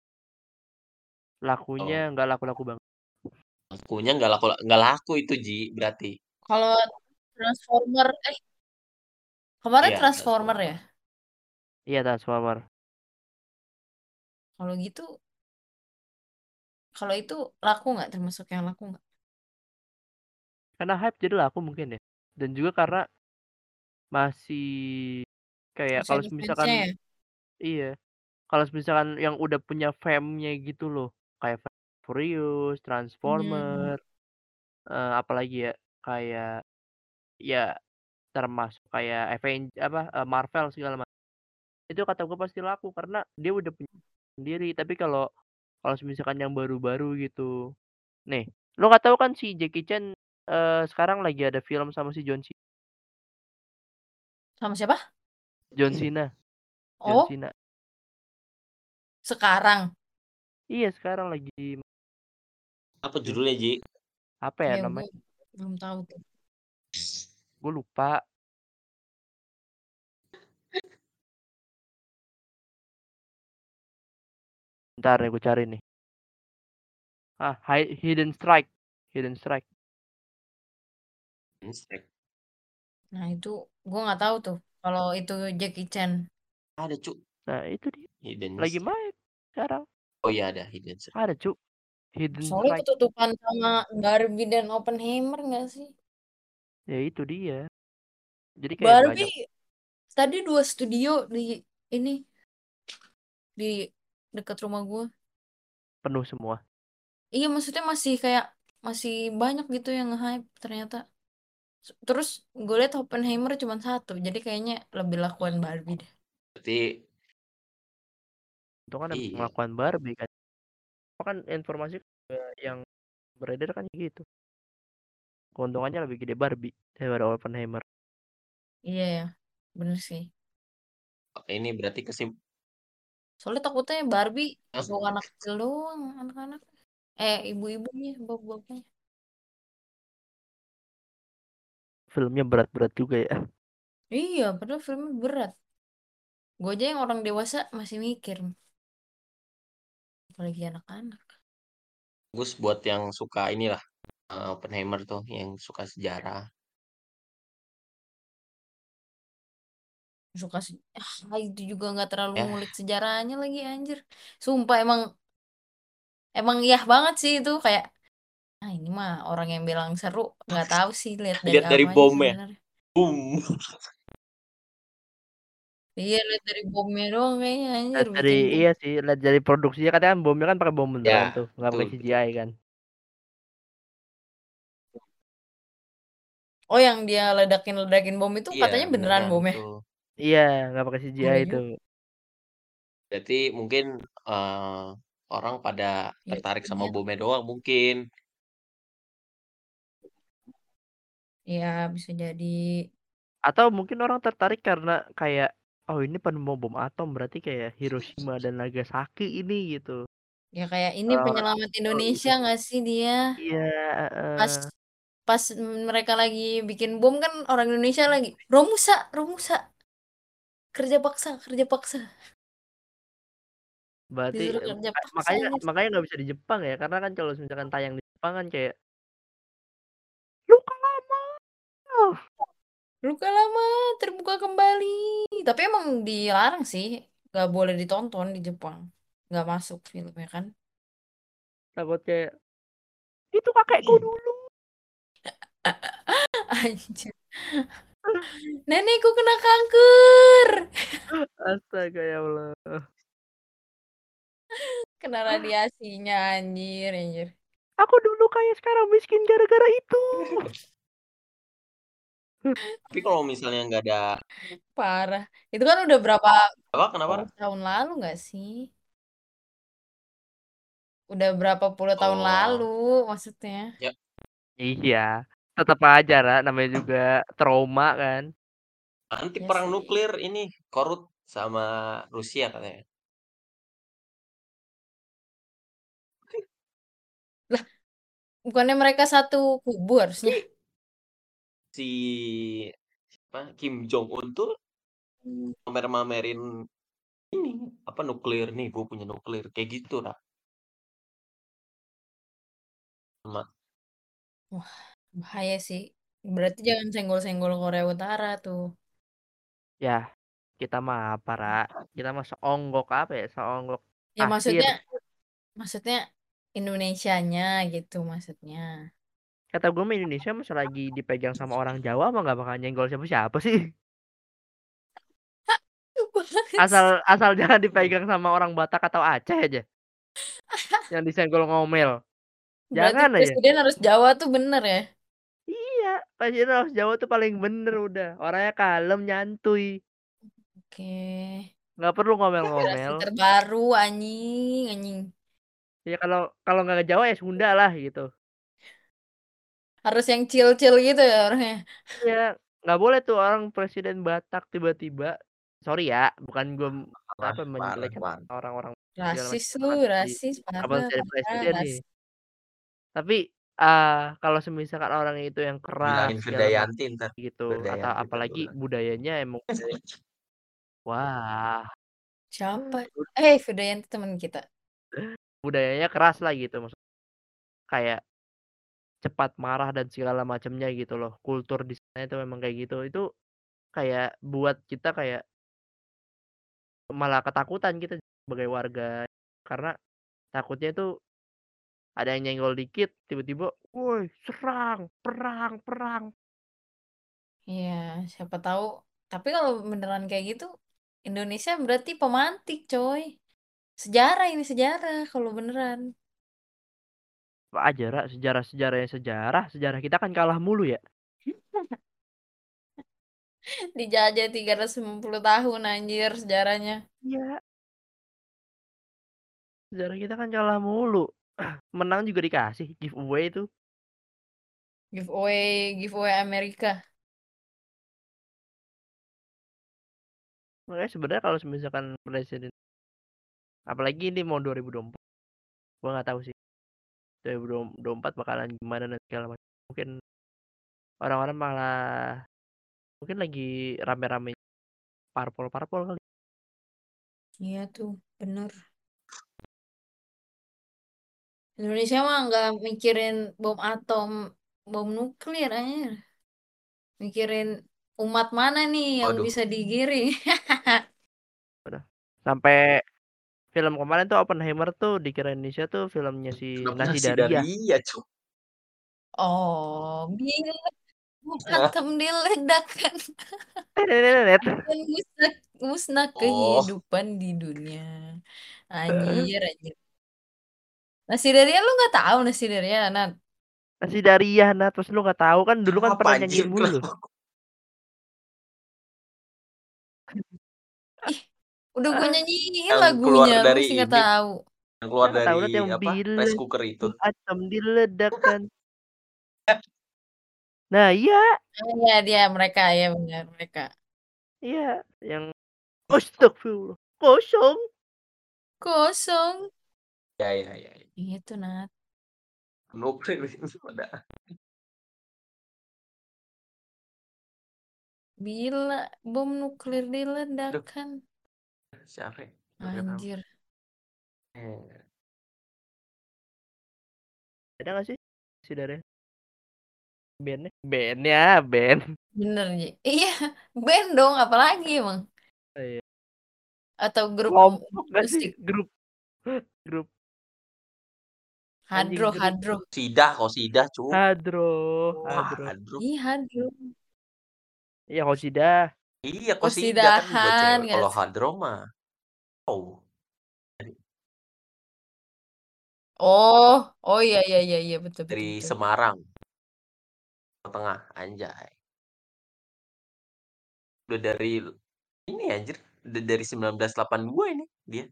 lakunya Oh, nggak laku-laku banget. lakunya nggak laku itu Ji berarti. Kalau Transformer, kemarin Iya, Transformer Transformer. ya? Iya Transformer. Kalau gitu, kalau itu laku nggak? Termasuk yang laku nggak? Karena hype jadi laku mungkin ya. Dan juga karena masih kayak Masih kalau ada misalkan fansnya ya? iya, kalau misalkan yang udah punya fame-nya gitu loh, kayak Fast and Furious, Hmm. Transformer, apalagi ya, kayak ya termasuk kayak Marvel segala macam. Itu kata gue pasti laku karena dia udah punya sendiri. Tapi kalau kalau misalkan yang baru-baru gitu, nih, lo nggak tahu kan si Jackie Chan sekarang lagi ada film sama si Sama siapa? John Cena, John Oh, Cena. sekarang. Iya sekarang lagi Apa judulnya Ji? apa ya Ya, gue namanya? belum tahu tuh. Gue lupa. Ntar nih gue cari nih. Hidden Strike. Hidden Strike. Instek. Nah, itu gue nggak tahu tuh. Kalau itu Jackie Chan. Ada cu. Nah, itu dia. Hidden Lagi Strike. main sekarang. Oh iya ada Hidden Strike. Ada, Cuk. Hidden Soalnya Strike. ketutupan sama Barbie dan Oppenheimer nggak sih? Ya itu dia. Jadi kayak banyak Barbie tadi 2 studio di ini di dekat rumah gua. penuh semua. Iya maksudnya masih kayak masih banyak gitu yang nge-hype ternyata. Terus gue liat Oppenheimer cuma satu, jadi kayaknya lebih lakuan Barbie deh. Berarti Itu kan emang iya. pengakuan Barbie kan. Itu kan informasi yang beredar kan gitu. Keuntungannya lebih gede Barbie daripada Oppenheimer. Iya ya, bener sih. Oke, ini berarti Soalnya takutnya Barbie bawa anak kecil doang, anak-anak. Ibu-ibunya, bapak-bapaknya. Filmnya berat-berat juga ya. Iya, padahal filmnya berat. Gue aja yang orang dewasa masih mikir, apalagi anak-anak. bagus buat yang suka inilah Oppenheimer tuh, yang suka sejarah. Suka itu juga nggak terlalu Ya, ngulik sejarahnya lagi anjir. Sumpah emang emang iya banget sih itu kayak ini mah orang yang bilang seru nggak tahu sih lihat dari lihat dari apanya bomnya. sebenarnya. Boom. Iya lihat dari bomnya doang kayaknya anjir Lihat dari bikin bom. iya sih, lihat dari produksinya katanya kan bomnya kan pakai bom beneran Ya, tuh, nggak betul, pakai betul. CGI kan. Oh yang dia ledakin bom itu Iya, katanya beneran beneran bomnya. tuh. Iya, nggak pakai CGI Boleh itu. yuk. Berarti mungkin orang pada Iya tertarik sama kayaknya. bomnya doang mungkin. Iya bisa jadi. Atau mungkin orang tertarik karena kayak oh ini penemu bom atom berarti kayak Hiroshima dan Nagasaki ini gitu. Ya kayak ini Orang penyelamat oh Indonesia ini nggak sih dia? iya Pas pas mereka lagi bikin bom kan orang Indonesia lagi Romusa, Romusa, kerja paksa. berarti Disuruh kerja paksa makanya aja. makanya nggak bisa di Jepang ya karena kan kalau misalkan tayang di Jepang kan kayak luka lama. Luka lama terbuka kembali. Tapi emang dilarang sih, nggak boleh ditonton di Jepang. Nggak masuk filmnya kan? Takut kayak itu kakekku dulu. Anjir. Nenekku kena kanker. Astaga ya Allah. Kena radiasinya anjir, anjir. Aku dulu kayak sekarang miskin gara-gara itu. Tapi kalau misalnya nggak ada Parah. Itu kan udah berapa apa, kenapa? puluh tahun lalu nggak sih? Udah berapa puluh tahun lalu Oh, maksudnya. ya Iya, tetap aja lah namanya juga trauma kan. nanti Ya perang sih. nuklir ini Korut sama Rusia katanya. Lah, bukannya mereka satu kubu harusnya? Tapi si Kim Jong Un tuh mamer-mamerin ini apa nuklir nih, gue punya nuklir kayak gitu lah. Sama Wah, bahaya sih. Berarti jangan senggol-senggol Korea Utara tuh. Ya, kita mah apa, Ra? Kita mah seonggok apa ya? Seonggok Ya pasir. maksudnya Indonesianya gitu maksudnya. Kata gue mah Indonesia masa lagi dipegang sama orang Jawa mah gak bakal nyenggol siapa-siapa sih. Banget Asal sih. asal jangan dipegang sama orang Batak atau Aceh aja. Yang disenggol ngomel. Berarti Jangan aja. presiden harus Jawa tuh bener ya. Iya, Presiden harus Jawa tuh paling bener udah. Orangnya kalem, nyantuy. Oke. Nggak perlu Inspirasi ngomel-ngomel. terbaru anjing, anjing. Ya kalau kalau nggak ke Jawa ya Sunda lah gitu. Harus yang chill-chill gitu ya orangnya. Iya, nggak boleh tuh orang presiden Batak tiba-tiba. Sorry ya, bukan gue parah, apa parah, menjelekkan parah. orang-orang segala Rasis macam lu, kan rasis, kapal parah, jadi parah, presiden nih. rasis. Tapi kalau semisalkan orang itu yang keras Bilangin segala Firdayanti macam ntar. gitu atau Firdayanti ntar gue apalagi bilang. budayanya emang wah Siapa? Fidayanti teman kita. budayanya keras lah gitu maksud kayak cepat marah dan segala macamnya gitu loh. Kultur di sana itu memang kayak gitu. Itu kayak buat kita kayak malah ketakutan kita sebagai warga karena takutnya itu ada yang nyenggol dikit tiba-tiba, woi serang, perang, perang. Iya, siapa tahu. Tapi kalau beneran kayak gitu, Indonesia berarti pemantik, coy. Sejarah ini sejarah kalau beneran. Apa aja Ra, sejarah-sejarahnya sejarah kita kan kalah mulu ya. Dijajah 390 tahun anjir sejarahnya. Iya, sejarah kita kan kalah mulu. Menang juga dikasih giveaway itu. Giveaway Amerika. Makanya sebenarnya kalau misalkan presiden apalagi ini mau 2024, gua nggak tahu sih 2024 bakalan gimana dan segala macam. Mungkin orang-orang malah mungkin lagi rame-rame parpol-parpol kali. Iya tuh, bener. Indonesia mah nggak mikirin bom atom, bom nuklir aja. Mikirin umat mana nih yang Waduh, bisa digiring. Udah. Sampai film kemarin tuh Oppenheimer tuh dikira Indonesia tuh filmnya si kenapa Nasi nasi Daria. Daria, Cuk? Oh, bila bom atom diledakkan dan musnah, musnah Oh, kehidupan di dunia. Anjir, anjir. Nasi Daria lu nggak tahu Nasi Daria, Nat? Nasi Daria, nah terus lu nggak tahu kan dulu kan apa pernah anjir? nyanyiin mulu. Kenapa? Ih, udah gue nyanyiin Yang keluar lagunya, lu dari masih nggak ini, tahu. yang Kita keluar nggak tahu dari Nat, yang apa? bila Rice cooker itu. bom atom diledakkan. Eh, Nah iya, Iya dia mereka ya benar mereka. iya yang astagfirullah kosong. Kosong. ya, ya, ya, ya. Itu Nat. Nuklir itu pada Bila bom nuklir aduh, diledakkan. siapa ya? Nggak tahu. Anjir. Eh, Ada nggak sih si Daria? Band. Bener Ji. Iya, band dong apalagi emang. Oh, iya. Atau grup Kelompok nggak sih musik. grup grup anjing Hadro, grup Hadro. Sidah, kok Sidah, Cuk. hadro Wah, hadro. aduh. Iya, Hadro. Iya Hosidah. Iya, kok Sidah kan buat Kosidahan cewek. nggak Kalau sih? Hadro mah, oh, dari, Oh, oh iya iya iya iya betul betul dari betul. Semarang, Jawa Tengah, anjay. Udah dari ini anjir, udah dari 1982 ini dia.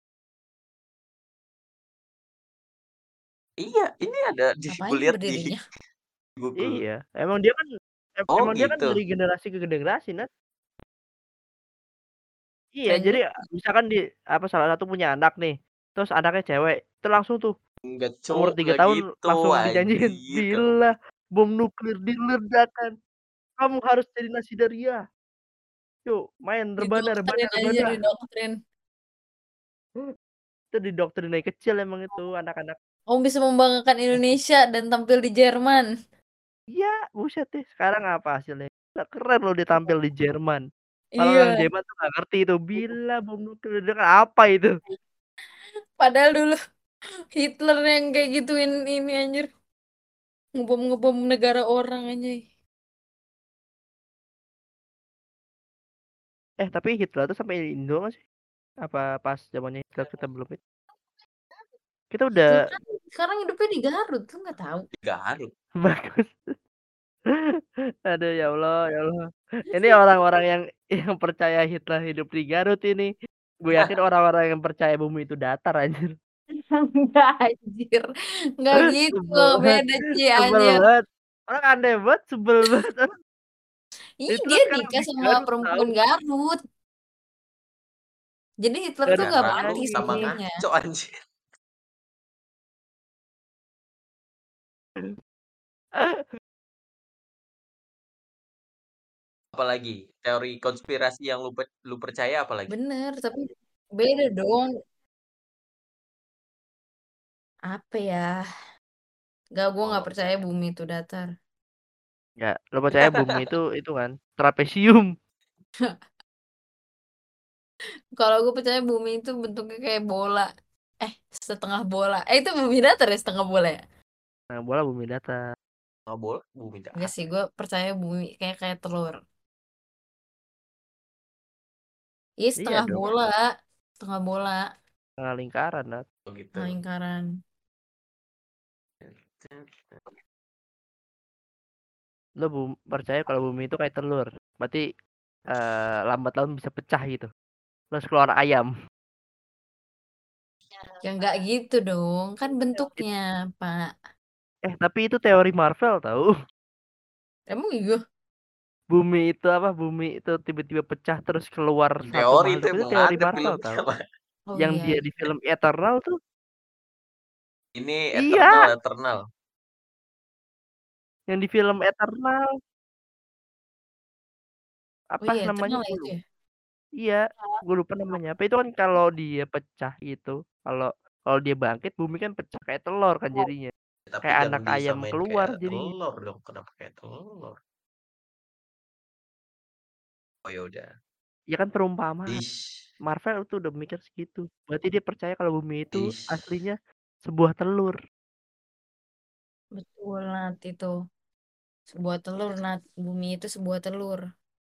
Iya, ini ada di gue Ngapain lihat di berdirinya? Google. Iya, Oh, emang dia kan gitu. dari generasi ke generasi, Nat. Iya, Keren jadi juga. misalkan apa salah satu punya anak nih, terus anaknya cewek, itu langsung tuh Enggak, umur Cuk, 3 enggak tahun gitu, langsung dinyanyiin, anjir, kamu. "Bila bom nuklir diledakkan, kamu harus jadi Nasi Daria. Yuk main rebana rebana Didoktrin aja rebana." didoktrin. Itu didoktrin dari kecil emang itu anak-anak. Kamu bisa membanggakan Indonesia dan tampil di Jerman. Iya, buset deh, sekarang apa hasilnya? Nggak keren loh dia tampil di Jerman. Kalau orang Iya. Jerman tuh nggak ngerti itu, "Bila bom nuklir diledakkan," apa itu? Padahal dulu Hitler yang kayak gituin ini anjir. Ngebom-ngebom negara orang aja. Tapi Hitler tuh sampai Indo nggak sih? Apa pas zamannya Hitler kita belum itu? Kita Hitler udah kan sekarang hidupnya di Garut, tuh nggak tahu. Garut. bagus. Aduh ya Allah, ya Allah. Ini orang-orang yang percaya Hitler hidup di Garut ini. Gue yakin orang-orang yang percaya bumi itu datar anjir. Enggak anjir. Enggak gitu, Sebel banget. beda Ci Sebel anjir. banget. Orang aneh banget, sebel banget. Ih, Hitler dia sekarang nikah di sama Garut tahu. perempuan Garut. Jadi Hitler tuh Garut nggak Garut mati lagi. sama sebenarnya. ngaco, anjir. Apalagi teori konspirasi yang lu percaya apalagi? Bener, tapi beda dong. Apa ya? Gak, gue Oh, nggak nggak percaya percaya. bumi itu datar. Ya, lo percaya bumi itu kan trapesium. Kalau gue percaya bumi itu bentuknya kayak bola. Eh, setengah bola. Itu bumi datar ya setengah bola ya? Nah, bola bumi datar. Nggak boleh bumi Enggak datar. sih, gue percaya bumi kayak kayak telur. Iya, Iya setengah dong, bola. Setengah bola. tengah lingkaran lah. Oh gitu. Nah, lingkaran. Lo percaya kalau bumi itu kayak telur. Berarti lambat laun bisa pecah gitu. Terus keluar ayam. Ya enggak gitu dong. Kan bentuknya, Pak. Tapi itu teori Marvel tahu. Emang iya? Bumi itu apa? Bumi itu tiba-tiba pecah terus keluar satu Teori itu makhluk. Itu emang teori ada Marvel filmnya, tahu. Pak. Oh Yang iya, dia di iya. film Eternal tuh. Ini Eternal, Iya, Eternal. yang di film Eternal Oh apa iya, namanya Eternal ya gue itu lupa. ya? Iya, gue lupa namanya apa. Itu kan kalau dia pecah gitu. Kalau kalau dia bangkit bumi kan pecah kayak telur kan jadinya. Tapi Kayak jangan anak ayam disamain keluar kayak jadinya. telur dong. Kenapa kayak telur? Oh ya udah. Ya kan perumpamaan. Ish, Marvel tuh udah mikir segitu. Berarti dia percaya kalau bumi itu ish. aslinya sebuah telur. Betul, Nat, itu. Sebuah telur, Nat. Bumi itu sebuah telur.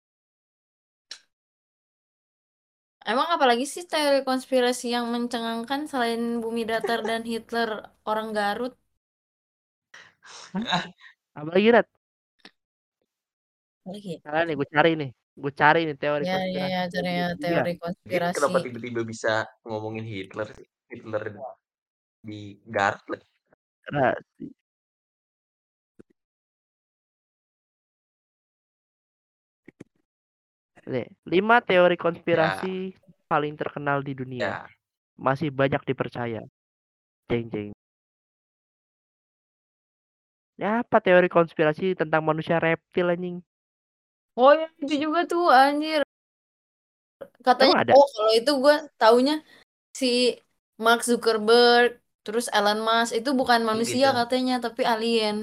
Emang apalagi sih teori konspirasi yang mencengangkan selain bumi datar dan Hitler orang Garut? Hah? Apalagi Rat? Apalagi ya? Salah nih, gue cari nih. Gue cari nih teori Ya, ya, konspirasi ya, segitiga. teori Mungkin konspirasi. kenapa tiba-tiba bisa ngomongin Hitler sih? Hitler di Garut lagi. Nah, nih, 5 teori konspirasi Ya, paling terkenal di dunia. ya. Masih banyak dipercaya. Jeng jeng. Ya, apa teori konspirasi tentang manusia reptil anjing? Oh ya, itu juga tuh anjir. Katanya, Emang ada? oh kalau itu gue taunya si Mark Zuckerberg, terus Elon Musk itu bukan Oh manusia gitu. katanya, tapi alien.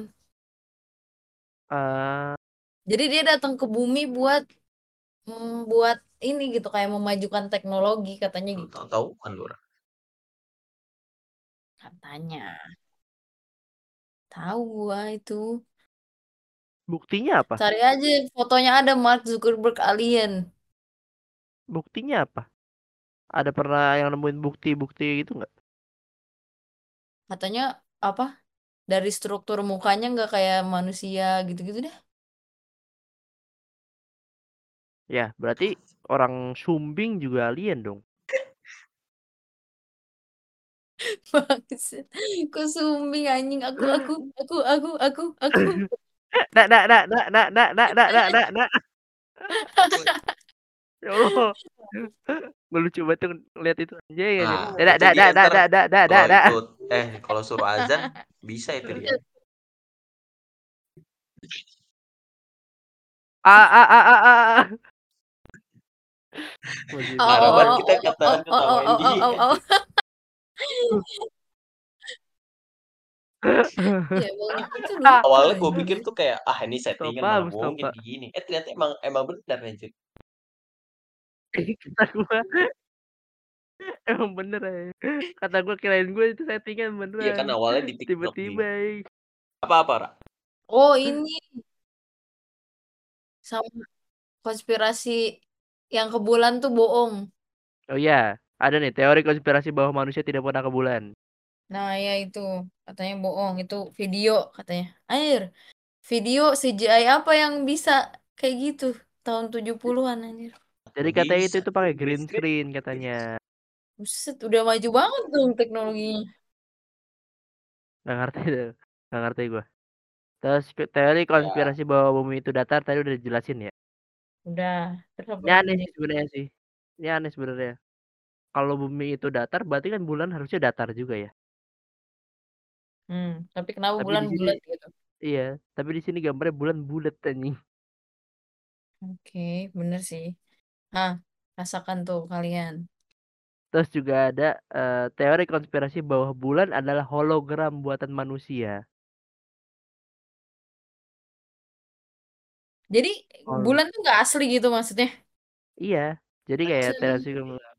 eh Jadi dia datang ke bumi buat buat ini gitu kayak memajukan teknologi katanya gitu. Tahu-tahu kan lu. Katanya. Tahu gua itu. Buktinya apa? Cari aja fotonya ada Mark Zuckerberg alien. Buktinya apa? Ada pernah yang nemuin bukti-bukti gitu nggak? Katanya apa? Dari struktur mukanya nggak kayak manusia gitu-gitu deh. Ya, berarti orang Sumbing juga alien dong. Bangsat. Kok sumbing anjing aku. Nak, nak, nak, nak, nak, nak, nak, nak, nak, nak, nak. Ya Allah. Gue lucu banget tuh ngeliat itu anjing anjing. Nah, Dak, itu dak, dia dak, dak, ntar dak, dak, dak, kalau dak, dak. ikut kalau suruh azan bisa itu dia. Ah, ah, ah, ah, ah, ah. Masih Oh, lucu oh, Harapan oh, kita oh, oh, oh, oh, ketawain oh, oh, dia. oh, oh. Ya bang, itu lucu Awalnya gue anjing. pikir tuh kayak ini settingan Mustafa, mana mungkin Mustafa. gini. Ternyata emang benar anjir. Kata gue emang bener ya. Kata gue kirain gue itu settingan Iya kan beneran. awalnya di TikTok Tiba-tiba gitu. Apa-apa, Ra? Oh ini sama konspirasi yang ke bulan tuh bohong. oh iya, ada nih teori konspirasi bahwa manusia tidak pernah ke bulan. Nah ya itu katanya bohong itu video katanya. Air video CGI apa yang bisa kayak gitu tahun 70-an anjir. Jadi Nggak katanya itu bisa. itu pakai Green green screen. screen katanya. Buset, udah maju banget dong teknologinya. Nggak ngerti tuh. Nggak ngerti gue. Terus teori Ya, konspirasi bahwa bumi itu datar tadi udah dijelasin ya. Udah, terus apa Ini aneh lagi? sih sebenarnya sih. Ini aneh sebenarnya. Kalau bumi itu datar berarti kan bulan harusnya datar juga ya. Tapi kenapa Tapi bulan di sini bulat gitu? iya, tapi di sini gambarnya bulan bulat anjing. Oke, bener sih. Hah, rasakan tuh kalian. Terus juga ada teori konspirasi bahwa bulan adalah hologram buatan manusia. Jadi Hol- bulan tuh nggak asli gitu maksudnya? Iya, jadi kayak teori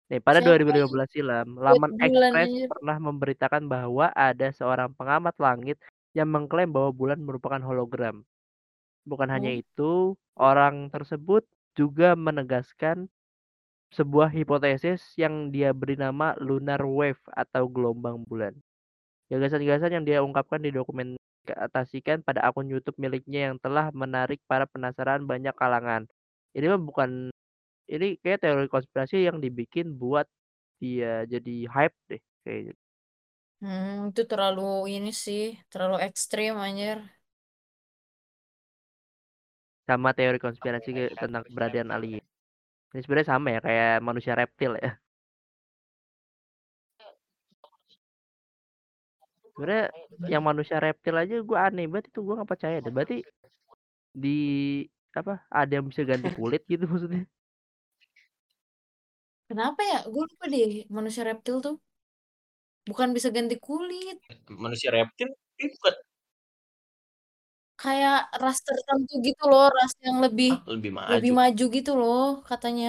Nih, pada Siapa 2015 silam, buat laman bulan Express anjir? pernah memberitakan bahwa ada seorang pengamat langit yang mengklaim bahwa bulan merupakan hologram. Bukan hanya Hmm? itu, orang tersebut juga menegaskan sebuah hipotesis yang dia beri nama lunar wave atau gelombang bulan. Gagasan-gagasan yang dia ungkapkan didokumentasikan pada akun YouTube miliknya yang telah menarik para penasaran banyak kalangan. Ini mah bukan, ini kayak teori konspirasi yang dibikin buat dia jadi hype deh kayaknya. Itu terlalu ini sih, terlalu ekstrim anjir. Sama teori konspirasi tentang keberadaan alien. Ini sebenarnya sama ya kayak manusia reptil ya. Sebenarnya yang manusia reptil aja gue aneh banget itu, gue nggak percaya deh. Berarti di apa ada yang bisa ganti kulit gitu maksudnya? Kenapa ya? Gue lupa deh manusia reptil tuh bukan bisa ganti kulit. Manusia reptil ini bukan Kayak ras tertentu gitu loh, ras yang lebih lebih lebih maju. maju gitu loh katanya.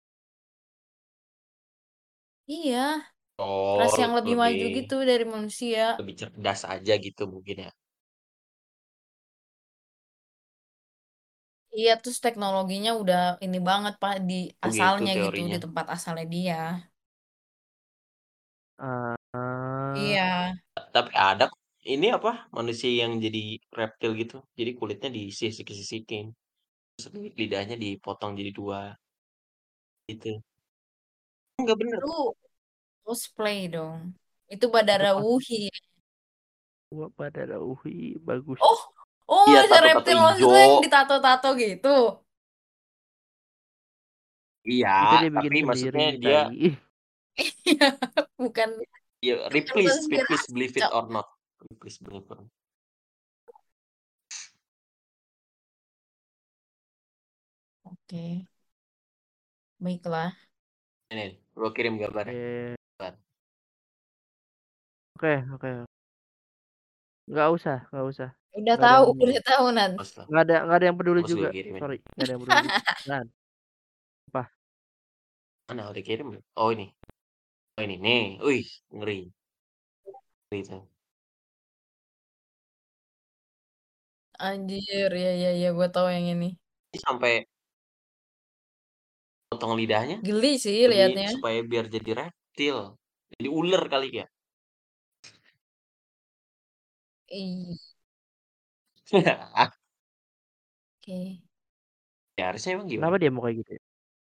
Iya, ras yang Oh, lebih maju lebih gitu dari manusia. lebih cerdas aja gitu mungkin ya. Iya, terus teknologinya udah ini banget Pak di Oh gitu asalnya gitu, di teorinya. tempat asalnya dia. Eh, Iya. Tapi ada kok ini apa manusia yang jadi reptil gitu. Jadi kulitnya disisik-sisikin. Terus lidahnya dipotong jadi dua gitu. Enggak bener. Itu cosplay dong. Itu itu Badara pas Wuhi. gua pada Uhi bagus. Oh, oh Iya manusia tato-tato reptil ijo. maksudnya yang ditato-tato gitu. Iya, Itu dia bikin tapi sendiri maksudnya dia tai. Iya, bukan ya bukan Please konspirasi, believe it Cok. or not. Please believe it. Oke, baiklah. Ini, gua kirim gambarnya. Eh, Bentar. oke oke. Nggak usah. Udah Nggak ada tahu, yang udah tahu Nan. Terus lah. nggak ada yang peduli Terus juga. gue kirimin. Sorry, nggak ada yang peduli juga. Nah, apa? Mana udah kirim belum? Oh ini. Oh ini nih. Wih, ngeri. Ngeri tuh. Anjir, ya ya ya, gue tahu yang ini. Ini sampai potong lidahnya Geli sih lebih liatnya. supaya biar jadi reptil. Jadi ular kali ya. Ih, oke. Ya harusnya emang Kenapa gimana? dia mau kayak gitu ya?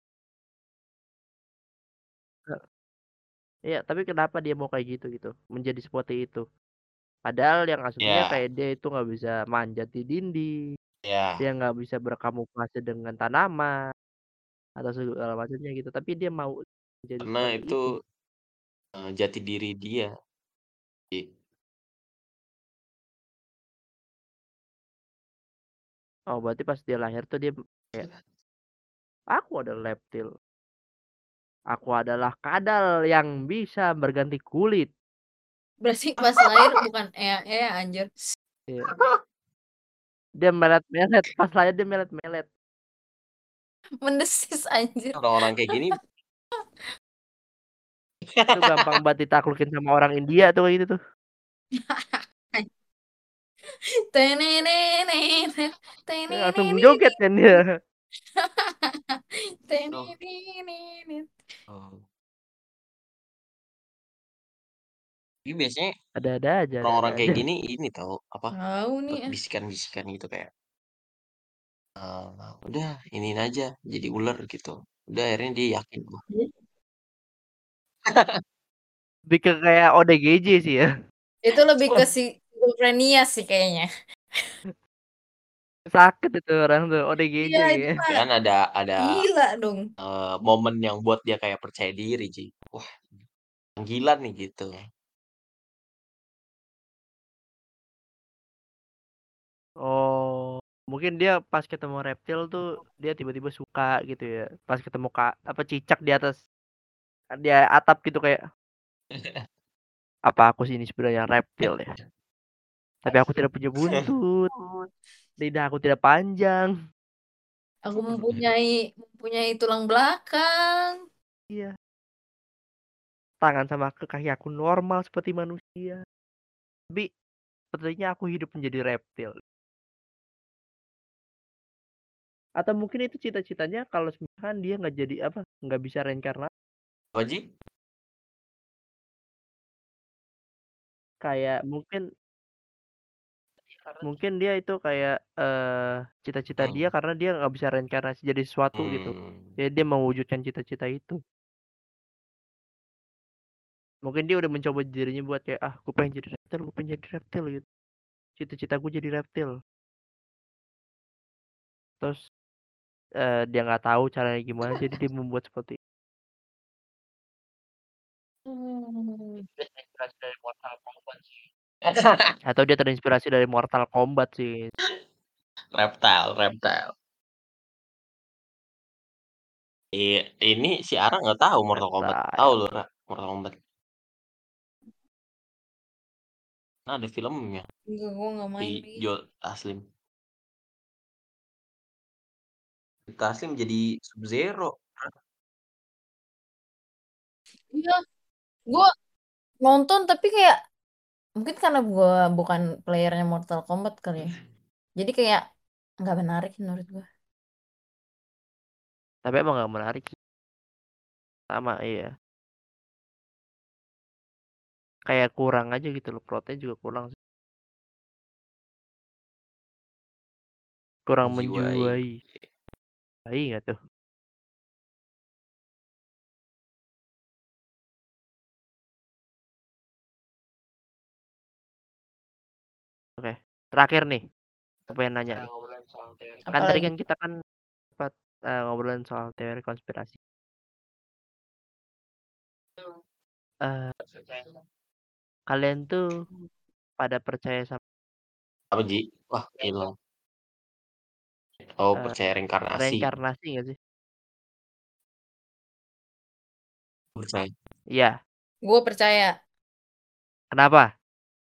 Nggak- Iya, tapi kenapa dia mau kayak gitu gitu? Menjadi seperti itu. Padahal yang aslinya Ya, kayak dia itu nggak bisa manjat di dinding, dia ya. nggak bisa berkamuflase dengan tanaman atau segala macamnya gitu. Tapi dia mau jadi Karena seperti itu itu. jati diri dia. Oh, berarti pas dia lahir tuh dia kayak aku adalah reptil. Aku adalah kadal yang bisa berganti kulit. Berarti pas lahir bukan anjir. Iya. Dia melet-melet, pas lahir dia melet-melet. Mendesis anjir. Orang-orang kayak gini Itu gampang banget ditaklukin sama orang India tuh kayak gitu tuh. Tenenenet, Langsung tenenenet, joget kan dia. oh, tenenenet. oh. Ini biasanya Ada-ada aja, ada-ada orang-orang kayak aja. gini ini tahu apa? Tahu nih. Bisikan-bisikan gitu kayak udah iniin aja jadi ular gitu. Udah akhirnya dia yakin gua. Lebih ke kayak ODGJ sih ya. Itu lebih ke schizophrenia sih kayaknya. Sakit itu orang tuh, ODGJ Iya, itu kayaknya. mah Dan ada gila dong. momen yang buat dia kayak percaya diri, Ji. Wah, panggilan nih gitu. Oh, mungkin dia pas ketemu reptil tuh dia tiba-tiba suka gitu ya. Pas ketemu apa cicak di atas dia atap gitu kayak apa aku sih ini sebenarnya reptil ya. Tapi aku tidak punya buntut, lidah aku tidak panjang. Aku mempunyai mempunyai tulang belakang. Iya. tangan sama kaki aku normal seperti manusia. Tapi sepertinya aku hidup menjadi reptil. Atau mungkin itu cita-citanya kalau misalkan dia nggak jadi apa, nggak bisa reinkarnasi. Apa Ji? Kayak mungkin dia itu kayak cita-cita dia karena dia nggak bisa reinkarnasi jadi sesuatu gitu. Jadi dia mewujudkan cita-cita itu. Mungkin dia udah mencoba dirinya buat kayak gue pengen jadi reptil gitu. Cita-cita gue jadi reptil. Terus dia nggak tahu caranya gimana jadi dia membuat seperti itu. Terinspirasi dari Mortal Kombat sih. Atau dia terinspirasi dari Mortal Kombat sih. Reptile. Ini si Ara nggak tahu Mortal Kombat. Tahu loh, Ra, Mortal Kombat. Nah, ada filmnya Enggak, gue nggak main di lagi. Joel Taslim. Taslim jadi Sub-Zero. Iya, gue nonton tapi kayak mungkin karena gue bukan playernya Mortal Kombat kali ya. Jadi kayak nggak menarik menurut gue. Tapi emang nggak menarik sih. Sama iya. Kayak kurang aja gitu loh, plotnya juga kurang sih. Kurang menjiwai. Iya tuh. Oke, terakhir nih. Aku pengen nanya nih. Kan tadi Apalagi kan kita kan sempat ngobrolin soal teori konspirasi. Eh, Kalian tuh pada percaya sama Apa Ji? Wah, hilang. Oh, percaya reinkarnasi. reinkarnasi nggak sih? Percaya. Iya. gue percaya. Kenapa?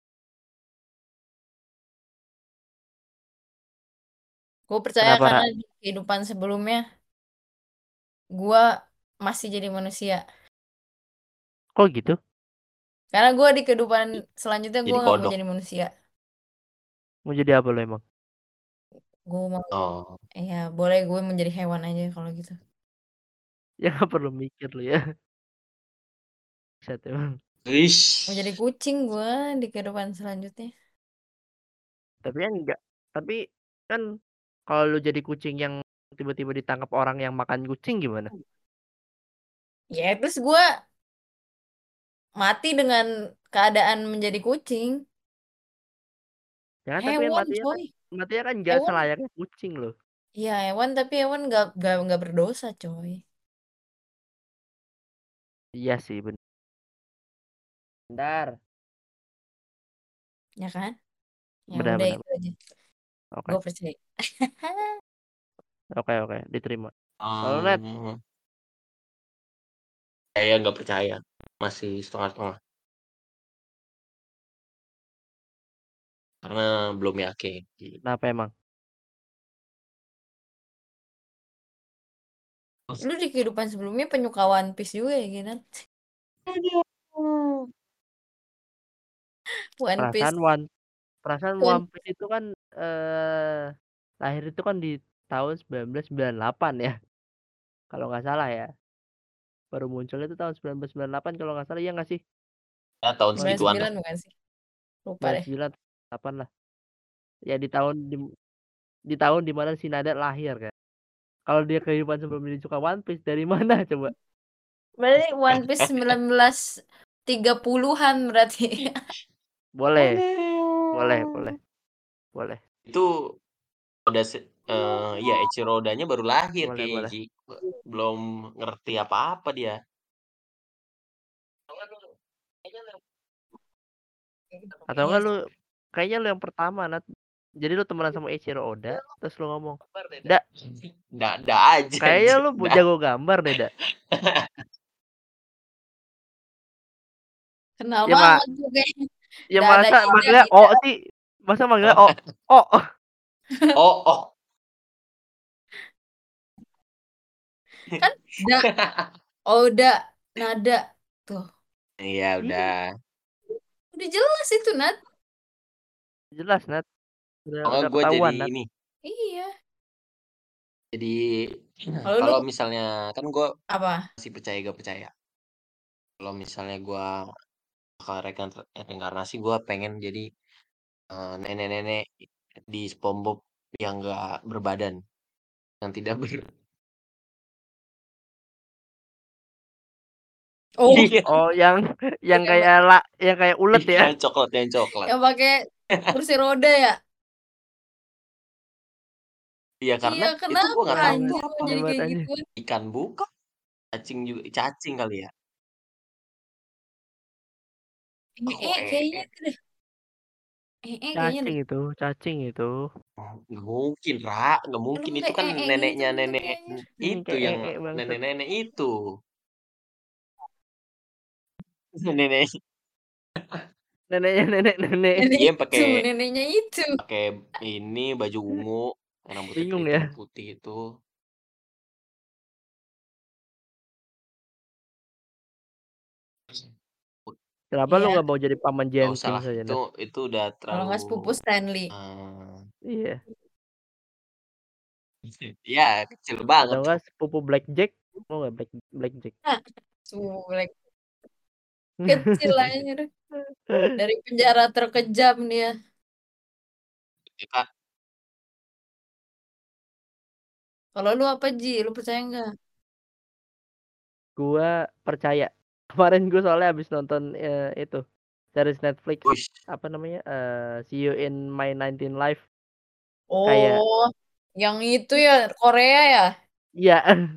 Gue percaya Kenapa, Ra? karena di kehidupan sebelumnya gue masih jadi manusia. Kok gitu? Karena gue di kehidupan selanjutnya gue Jadi nggak mau kodok. jadi manusia. Mau jadi apa lo emang? Gue mau, Oh. ya boleh gue menjadi hewan aja kalau gitu. Ya nggak perlu mikir lo ya. Set emang. Mau jadi kucing gue di kehidupan selanjutnya. Tapi kan enggak. Tapi kan kalau lu jadi kucing yang tiba-tiba ditangkap orang yang makan kucing gimana? Ya terus gue mati dengan keadaan menjadi kucing. Ya kan, tapi kan Hewan coy. matinya kan nggak Hewan. selayaknya kucing loh. Ya hewan tapi hewan nggak berdosa coy. Iya sih, benar. Ya kan? Ya udah Benar-benar. itu aja. Oke. Gue percaya. Oke, diterima. Kalau Net, Saya nggak percaya. Masih setengah-setengah. Karena belum yakin. kenapa emang? Lu di kehidupan sebelumnya penyuka One Piece juga ya Ginan? One Piece. Perasaan One... One Piece itu kan lahir itu kan di tahun 1998 ya. Kalau nggak salah ya. Baru munculnya itu tahun 1998 kalau nggak salah, ya nggak sih? Ya, tahun segituan lah. 99 bukan sih? Lupa deh. 99 8 lah. Ya di tahun dimana si Nada lahir kan. Kalau dia kehidupan sebelum dia suka One Piece dari mana coba? Berarti One Piece 1930-an berarti. Boleh, boleh. Itu udah ya Eiichiro Odanya baru lahir Boleh. Ji. Belum ngerti apa-apa dia. Atau Iya enggak lu sih. kayaknya lu yang pertama, Nat. Jadi lu temenan sama Eiichiro Oda, terus lu ngomong, "Dak, Nggak aja kayaknya Ji. lu jago gambar deh, Dak." Kenal Ya banget juga. ya Udah ada masa ide manggilnya gitu. O sih? Masa manggilnya O? O. Oh. Kan udah, oh udah nada tuh. Iya udah. Udah jelas itu, Nat. Jelas, Nat. Kalau Udah gue jadi ketahuan, Nat. ini. Iya. Jadi Kalau lu kalau misalnya kan gue apa? masih percaya gak percaya. Kalau misalnya gue bakal reinkarnasi, gue pengen jadi nenek-nenek di SpongeBob yang gak berbadan, yang tidak Oh, Iya, Oh, yang yang kayak ulet ya. yang coklat. yang pakai kursi roda ya? Iya karena Iya, itu gue kenapa nggak tahu tuh anjir apa. mau jadi Hebat kayak aja. gituan? Ikan bukan, cacing kali ya. Kok Kayaknya itu deh. Kayaknya deh. Cacing itu. Nggak mungkin, nggak Lu mungkin itu kayak kan gitu neneknya nenek bentuknya anjir. Ini itu kayak yang bangsat. nenek-nenek itu. Nenek Neneknya nenek. Nenek iya yang itu, neneknya itu. pakai ini baju ungu, yang rambutnya Bingung keriting ya. putih itu. Kenapa lu Iya, nggak mau jadi paman Nggak usah Jenkins lah, aja, Nat? itu udah kalau terlalu nggak sepupu Stanley. eh, Iya. ya kecil banget Atau tuh. enggak sepupu Blackjack? Mau nggak Blackjack? Nah, Sulek kecil anjir. Dari penjara terkejam dia. Ya, Kak. Kalau lu apa Ji? Lu percaya nggak? Gua percaya. Kemarin gue soalnya habis nonton itu series Netflix Wush, apa namanya? See You in My 19 Life. Kayak Oh, yang itu ya Korea ya? ya.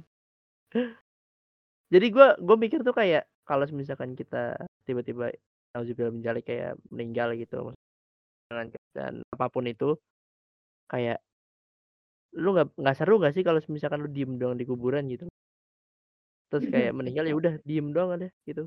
Jadi gue mikir tuh kayak kalau misalkan kita tiba-tiba nauzubillah min dzalik kayak meninggal gitu dengan keadaan apapun itu, kayak lu nggak seru nggak sih kalau misalkan lu diem doang di kuburan gitu? Terus kayak meninggal ya udah diem doang ada gitu.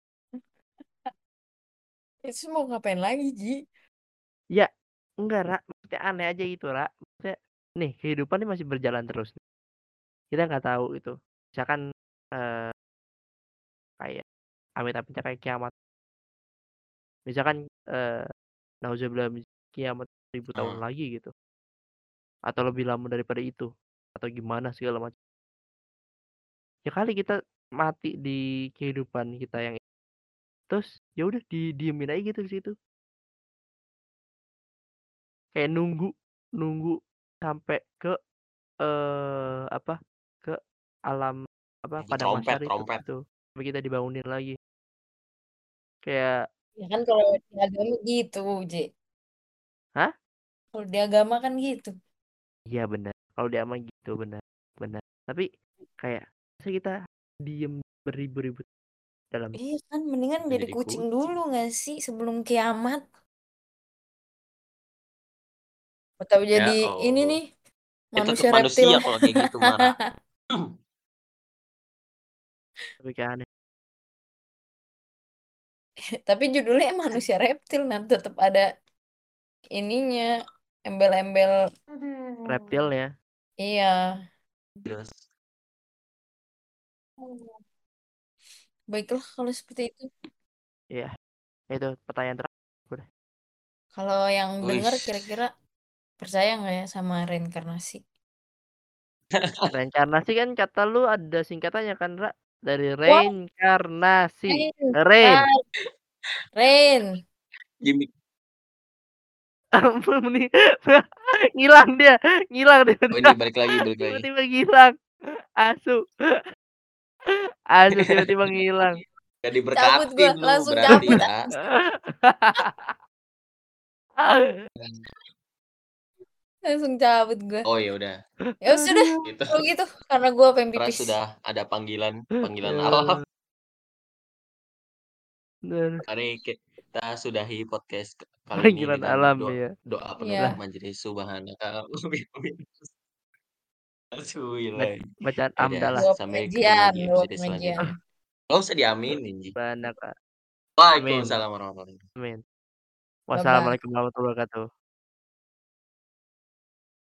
Itu mau ngapain lagi Ji? Ya enggak, Ra. Maksudnya aneh aja gitu, Ra. Maksudnya nih kehidupan ini masih berjalan terus. Kita nggak tahu itu. Misalkan eh, kayak amit-amitnya kayak kiamat. Misalkan nauzubillah min kiamat 1000 tahun eh, lagi gitu. Atau lebih lama daripada itu. Atau gimana segala macam. Ya kali kita mati di kehidupan kita yang terus ya udah didiemin aja gitu di situ. Kayak nunggu nunggu sampai ke apa ke alam apa padang trompet, mahsyar itu trompet. gitu. Sampai kita dibangunin lagi. Kayak Ya kan kalau di agama gitu, Ji. hah? Kalau di agama kan gitu. Iya benar. Kalau di ama gitu benar. Benar. Tapi kayak masa kita diem beribu-ribu dalam Iya kan, mendingan jadi Jadi kucing dulu kucing. nggak sih sebelum kiamat? Atau Ya jadi ini Allah. nih, Tetap manusia reptil. manusia kalau kayak gitu marah. tapi kayak aneh. Tapi judulnya manusia reptil, nah tetap ada ininya, embel-embel. Reptil ya. Iya. Jelas. Baiklah kalau seperti itu. Iya. Itu pertanyaan terakhir. Udah. Kalau yang denger Wih. kira-kira percaya nggak ya sama reinkarnasi? Reinkarnasi kan kata lu ada singkatannya kan, Ra? Dari Wah, reinkarnasi. Rain. Rain. Ah, Rain. Gimik. Ampun nih. Ngilang dia. Ngilang Oh ini tiba-tiba. balik lagi, balik lagi. Tiba-tiba ngilang. Asu. Asu tiba-tiba ngilang. Gak Cabut gue, diberkatin lu langsung berarti cabut. ya. Langsung cabut gue. Oh ya udah, Ya sudah, Aduh. gitu. kalau gitu. Karena gue pengen Karena pipis. sudah ada panggilan, panggilan alam. Ya, bener. Mari kita sudahi podcast kali ini Panggilan dengan alam doa, ya. doa penutup Lah, Iya. majelis subhanaka. Alhamdulillah. ba- bacaan Ya udah, amdalah. Dua sampai ketemu pengajian, di dua episode pengajian. selanjutnya. Gak usah diaminin, Ji. Banyak. Amin. Waalaikumsalam warahmatullahi wabarakatuh. Amin. Bye-bye. Wassalamualaikum warahmatullahi wabarakatuh.